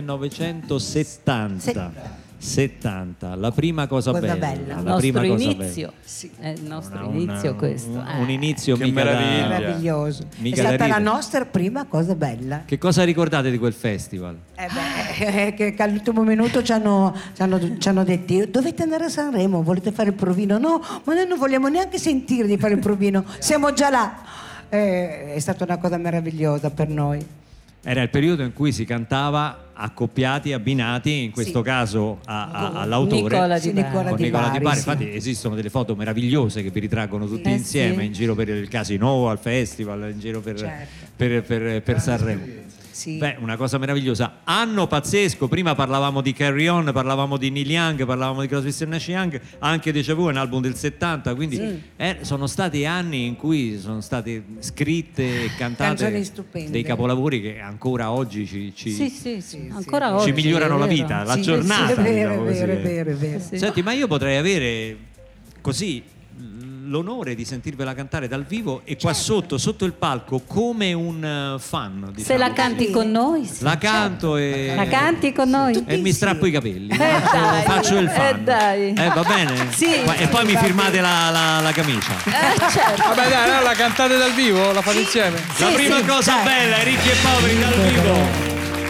1970. 70, la prima cosa Cosa bella. bella. Il La prima nostro cosa inizio. È il nostro bella. inizio questo. Un inizio Che mica meraviglia. Meraviglioso. Mica è da stata la ridere. nostra prima cosa bella. Che cosa ricordate di quel festival? Che all'ultimo minuto ci hanno detto: dovete andare a Sanremo, volete fare il provino? No, ma noi non vogliamo neanche sentire di fare il provino, siamo già là. È stata una cosa meravigliosa per noi. era il periodo in cui si cantava accoppiati, abbinati, in questo caso all'autore Nicola Di con Nicola Di Bari. sì. Infatti esistono delle foto meravigliose che vi ritraggono tutti insieme sì. in giro per il Casino, al festival, in giro per Sanremo. Sì. Beh, una cosa meravigliosa. Anno pazzesco, prima parlavamo di Carry On, parlavamo di Neil Young, parlavamo di Crosby, Stills, Nash Young, anche Déjà Vu è un album del 70, quindi sono stati anni in cui sono state scritte e cantate Canzoni stupende. dei capolavori che ancora oggi Sì. Ancora oggi. ci migliorano è la vero. vita, la Sì, giornata. sì, è vero, diciamo così. è vero. Sì. Senti, ma io potrei avere così l'onore di sentirvela cantare dal vivo e qua sotto il palco come un fan, diciamo Se la così. canti con noi, sì. La canto e La canti con noi? e mi strappo i capelli, dai. faccio il fan. Dai. Va bene? Sì. E poi mi firmate la camicia. Certo. Vabbè dai, allora la cantate dal vivo? La fate insieme? La prima cosa bella, i ricchi e poveri dal vivo.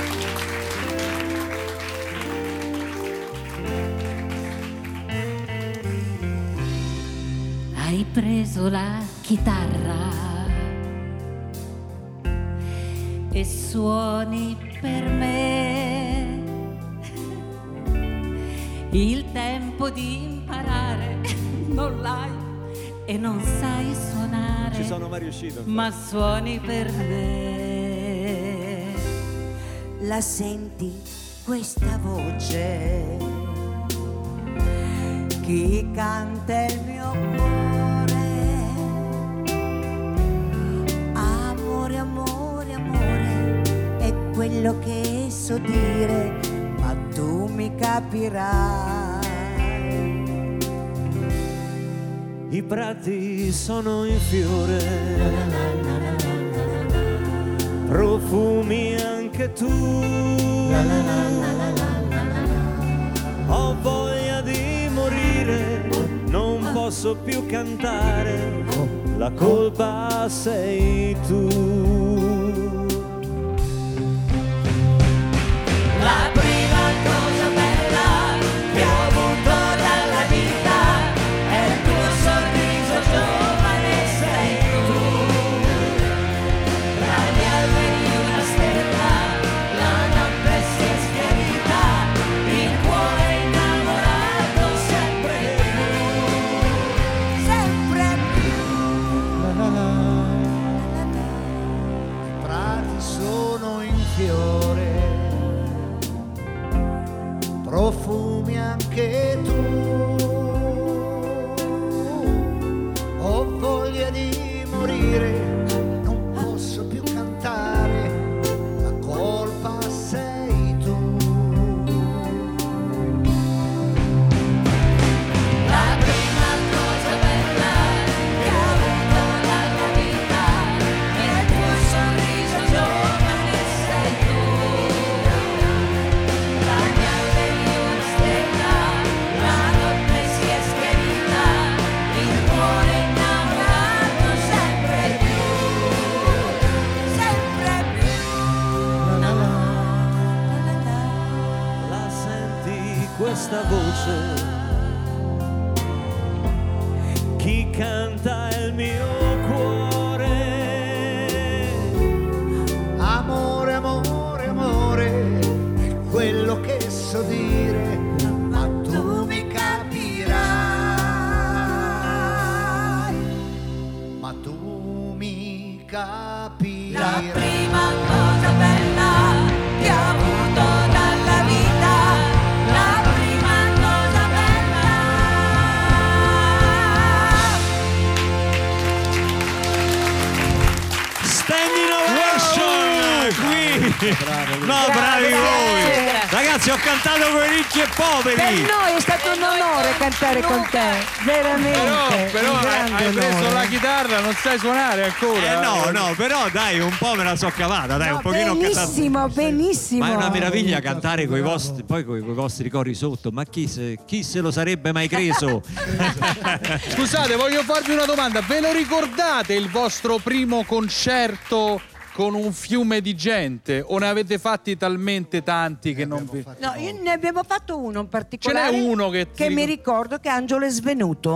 Hai preso la chitarra e suoni per me. Il tempo di imparare non l'hai e non sai suonare. Ci sono mai riuscito. Ma suoni per me. La senti questa voce? Chi canta il mio cuore? Amore, amore, amore, è quello che so dire, ma tu mi capirai. I prati sono in fiore, profumi anche tu. Ho voglia di morire, non posso più cantare, la colpa sei tu. La prima cosa bella che ho avuto dalla vita è il tuo sorriso giovane, sei tu. Tra gli alberi una stella, la notte si è schiarita, il cuore innamorato sempre più, sempre più. I prati sono in fiore, profumi anche tu. Ho voglia di morire, non posso più cantare, la colpa sei tu. La prima cosa bella che ho avuto dalla vita è il tuo sorriso giovane, sei tu. Tra gli alberi una stella, la notte si è schiarita, il cuore innamorato sempre più, sempre più. La senti questa voce? Chi canta il mio cuore? Amore, amore, amore, è quello che so dire, ma tu mi capirai, ma tu mi capirai. La prima cosa bella che ho avuto dalla vita, la prima cosa bella. Standing ovation qui. No, bravi voi. Ragazzi, ho cantato con i ricchi e poveri. Per noi è stato un onore cantare con te, veramente. Però un grande hai preso onore. la chitarra, non sai suonare ancora. No, però dai, un po' me la so cavata, dai, No, un pochino ho cantato. benissimo, benissimo. Ma è una meraviglia cantare coi vostri, poi coi vostri cori sotto, ma chi se lo sarebbe mai creso? Scusate, voglio farvi una domanda. Ve lo ricordate il vostro primo concerto con un fiume di gente o ne avete fatti talmente tanti che non vi... No, ne abbiamo fatto uno in particolare. Ce n'è uno che mi ricordo che Angelo è svenuto.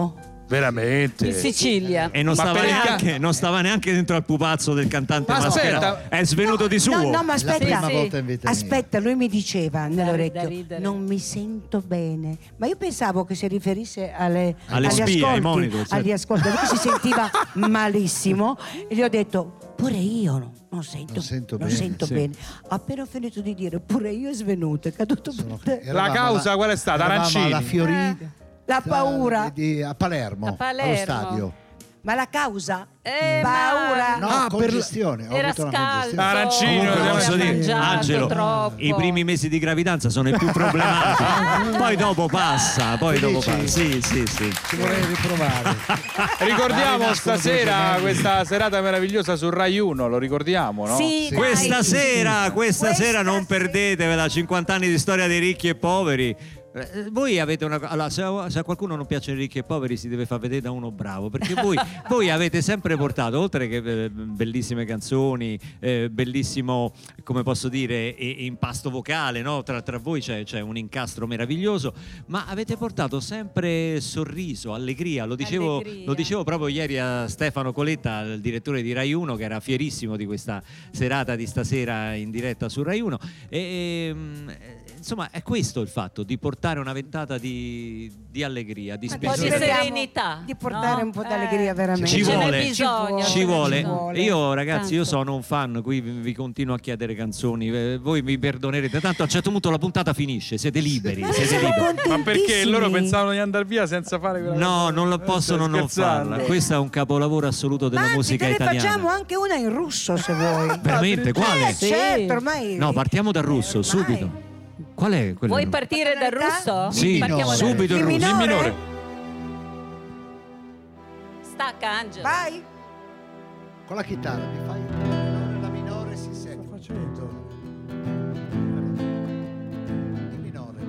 Veramente? In Sicilia. E non stava neanche dentro al pupazzo del cantante mascherato. È svenuto di suo. No, ma aspetta, prima volta in vita aspetta, lui mi diceva nell'orecchio, ridere. non mi sento bene. Ma io pensavo che si riferisse Alle agli spie, ai ascolti, monitor, certo. agli ascolti, perché si sentiva malissimo. E gli ho detto, pure io non sento bene. Appena ho finito di dire, pure io è svenuto, è caduto per terra. La causa qual è stata? Arancini. La Fiorina. La paura. A Palermo, allo stadio. Ma la causa? Paura. No, congestione. Ho Era avuto una scalzo. congestione. Arancino, Comunque posso dire, mangiato Angelo, troppo. i primi mesi di gravidanza sono i più problematici. Poi dopo passa, Sì. Ci vorrei riprovare. Ricordiamo Nascono stasera due gemelli. questa serata meravigliosa su Rai 1, lo ricordiamo, no? Sì, dai. Questa sera non perdetevela, 50 anni di storia dei ricchi e poveri. Voi avete allora, se a qualcuno non piacciono i ricchi e poveri si deve far vedere da uno bravo, perché voi avete sempre portato, oltre che bellissime canzoni, bellissimo, come posso dire, impasto vocale, no? Tra voi c'è un incastro meraviglioso, ma avete portato sempre sorriso, allegria. Lo dicevo proprio ieri a Stefano Coletta, il direttore di Rai 1, che era fierissimo di questa serata di stasera in diretta su Rai 1. Insomma, è questo il fatto, di portare una ventata di allegria, di spessore, serenità, di portare un po' di allegria, veramente. Ci vuole. Io, ragazzi, Tanto. io sono un fan, qui vi continuo a chiedere canzoni, voi mi perdonerete, tanto a un certo punto la puntata finisce, siete liberi. Ma perché loro pensavano di andare via senza fare quella No, non lo possono non farla. Questo è un capolavoro assoluto della musica te ne italiana. facciamo anche una in russo, se vuoi. Veramente? Quale? Certo, ormai. No, partiamo dal russo, subito. Qual è quello? Vuoi partire dal russo? Sì, Partiamo dal subito il russo. In minore. Stacca, Angelo. Vai. Con la chitarra mi fai la minore si sente. Sto facendo. Il minore.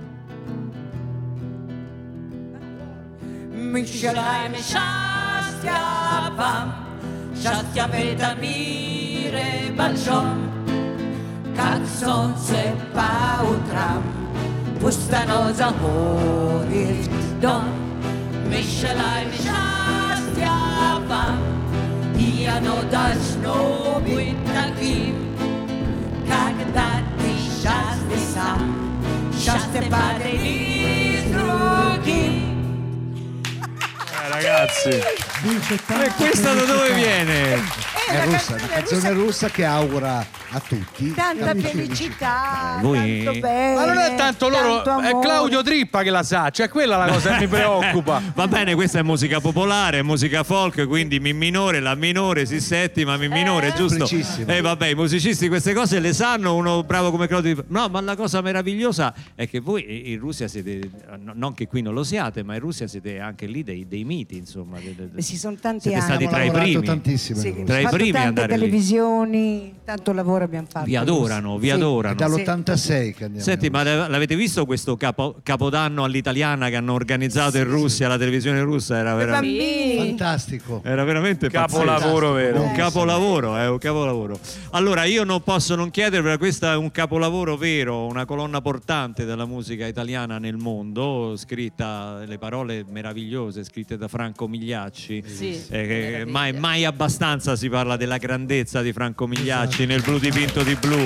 Myšelaj mi šťastia vám, šťastia veda míre balžom, kad slunce pa utram pustano zahorit dom. Myšelaj mi šťastia vám, i ano должно быть таким, когда ты счастлив сам, счастье поделись с другим. Ragazzi, E questa da dove viene? È russa, una canzone russa che augura a tutti Tanta felicità, Voi- tanto bene. ma non è tanto loro, tanto è amore. Claudio Trippa che la sa, cioè quella è la cosa che mi preoccupa. Va bene, questa è musica popolare, è musica folk, quindi mi minore, la minore, si settima, mi minore, giusto? Semplicissimo. Vabbè, i musicisti queste cose le sanno, uno bravo come Claudio. No, ma la cosa meravigliosa è che voi in Russia siete, non che qui non lo siate, ma in Russia siete anche lì dei miti, insomma. Ci sono tanti Siete anni. stati tra i lavorato primi. tantissimo. Sì, in Russia. Tra i fatto primi tante andare lì. televisioni, tanto lavoro abbiamo fatto. Vi adorano, vi Sì. adorano. È dall'86 che andiamo. Senti, ma l'avete visto questo capodanno all'italiana che hanno organizzato in Russia, la televisione russa? Era veramente, Fantastico. era veramente Capolavoro pazzesco. vero. Un capolavoro, un capolavoro. Allora, io non posso non chiedere, perché questo è un capolavoro vero, una colonna portante della musica italiana nel mondo, scritta, le parole meravigliose, scritte da Franco Migliacci. Sì, Mai abbastanza si parla della grandezza di Franco Migliacci nel Blu dipinto di blu.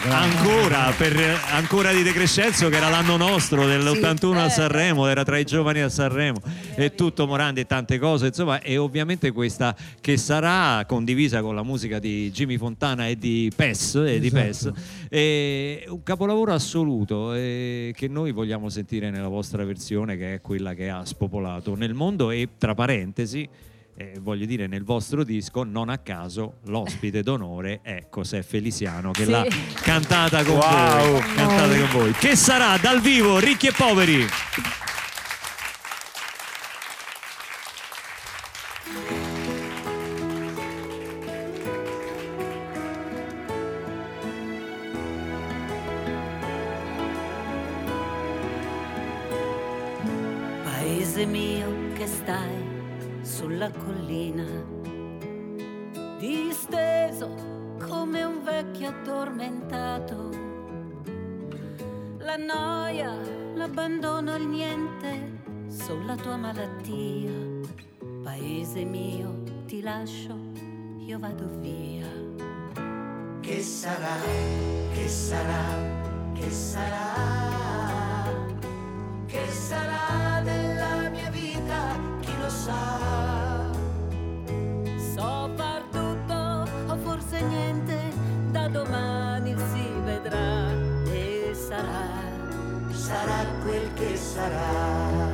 Ancora di De Crescenzo, che era l'anno nostro dell'81 a Sanremo, era tra i giovani a Sanremo, e tutto Morandi e tante cose, insomma, e ovviamente questa che sarà condivisa con la musica di Jimmy Fontana e di Pes, è un capolavoro assoluto, che noi vogliamo sentire nella vostra versione, che è quella che ha spopolato nel mondo. E tra parentesi, voglio dire, nel vostro disco non a caso l'ospite d'onore è José Feliciano, che l'ha cantata con voi, cantata con voi. Che sarà dal vivo, Ricchi e Poveri. Paese mio che stai sulla collina, disteso come un vecchio addormentato. La noia, l'abbandono, il niente sulla tua malattia. Paese mio, ti lascio, io vado via. Che sarà, che sarà, che sarà, che sarà della mia vita, chi lo sa. So far tutto o forse niente, da domani si vedrà e sarà, sarà quel che sarà.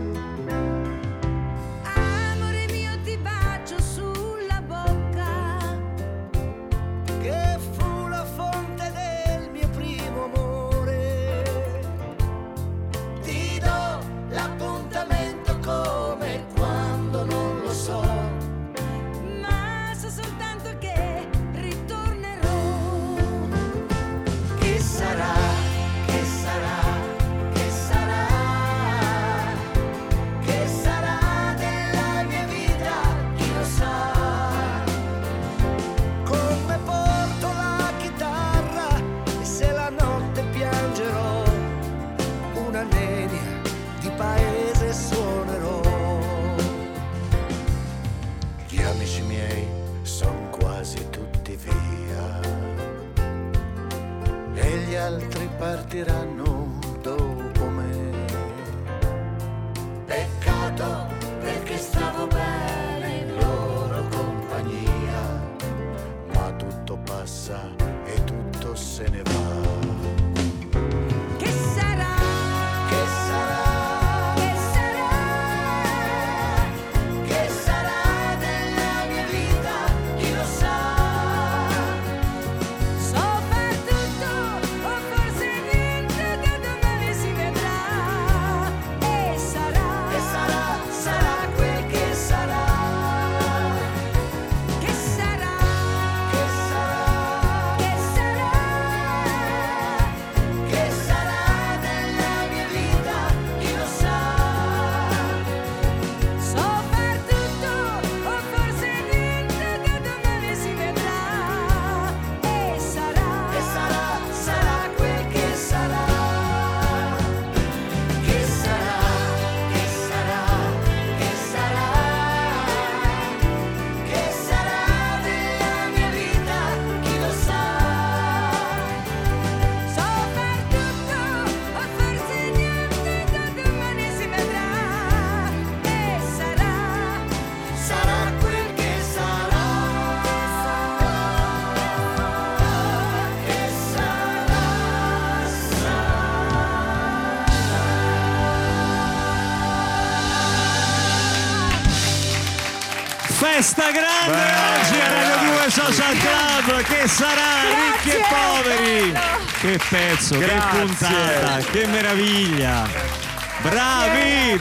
Amore mio, ti bacio sulla bocca, Che fu la fonte del mio primo amore. Ti do l'appuntamento come quando non lo so. ma so soltanto che ritornerò. Che sarà, che sarà, che sarà, che sarà della mia vita, chi lo sa. Come porto la chitarra e se la notte piangerò, una nenia di paese suonerò. Gli amici miei son quasi tutti via e gli altri partiranno dopo me. Peccato perché stavo bene in loro compagnia, ma tutto passa e tutto se ne va. Che sarà, Che sarà, che sarà, che sarà della mia vita, chi lo sa. so far tutto o forse niente, da domani si vedrà e sarà, Sarà quel che sarà. che sarà, Che sarà, che sarà, che sarà della mia vita, chi lo sa. so far tutto o forse niente, da domani si vedrà e sarà, Sarà quel che sarà. Che sarà, che sarà, che sarà, che sarà della mia vita, chi lo sa. so far tutto o forse niente, da domani si vedrà e Sarà quel che sarà. Che Festa grande oggi a Radio 2 Social Club, che sarà ricchi e poveri. Che pezzo, che puntata, che meraviglia. Bravi,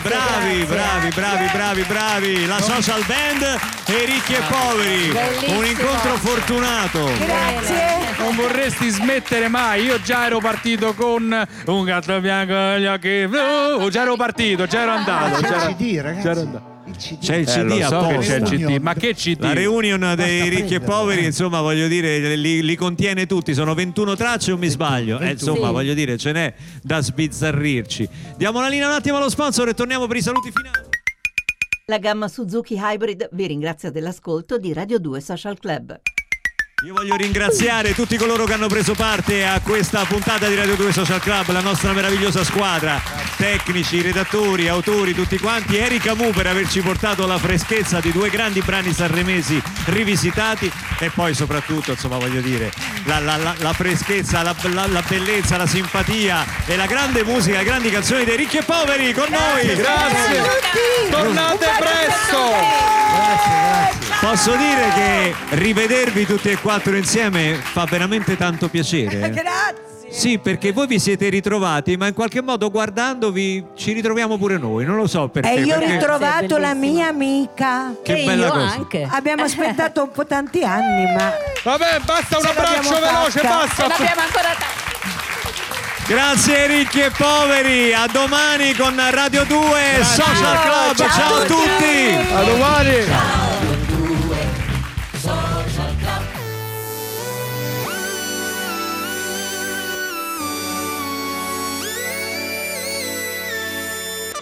bravi, la social band e i ricchi e poveri. Bellissimo. Un incontro fortunato. Non vorresti smettere mai. Io già ero partito con un gatto bianco negli occhi blu. Già ero partito, già ero andato. C'è il già CD, ragazzi. già ero andato. C'è il CD Lo so che apposta. c'è il CD, ma che CD? La reunion dei ricchi e prenderla, poveri, insomma, voglio dire, li contiene tutti. Sono 21 tracce o mi sbaglio? Insomma, Sì. voglio dire, ce n'è da sbizzarrirci. Diamo la linea un attimo allo sponsor e torniamo per i saluti finali. La gamma Suzuki Hybrid vi ringrazia dell'ascolto di Radio 2 Social Club. Io voglio ringraziare tutti coloro che hanno preso parte a questa puntata di Radio 2 Social Club, la nostra meravigliosa squadra, tecnici, redattori, autori, tutti quanti, Erika Mu per averci portato la freschezza di due grandi brani sanremesi rivisitati e poi soprattutto, insomma, voglio dire, la freschezza, la bellezza, la simpatia e la grande musica, le grandi canzoni dei ricchi e poveri con noi. Grazie. Tornate presto. Posso dire che rivedervi tutti e quattro insieme fa veramente tanto piacere. Grazie. Sì, perché voi vi siete ritrovati, ma in qualche modo guardandovi ci ritroviamo pure noi, non lo so perché. E io ho perché- ritrovato la mia amica. Che E bella io cosa. anche. Abbiamo aspettato un po' tanti anni, ma Vabbè, basta un Ce l'abbiamo abbraccio veloce, fatta. basta. Ce l'abbiamo ancora Grazie ricchi e poveri, a domani con Radio 2 Social Club. Ciao Ciao a a tutti. tutti. A domani.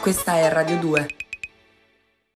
Questa è Radio 2.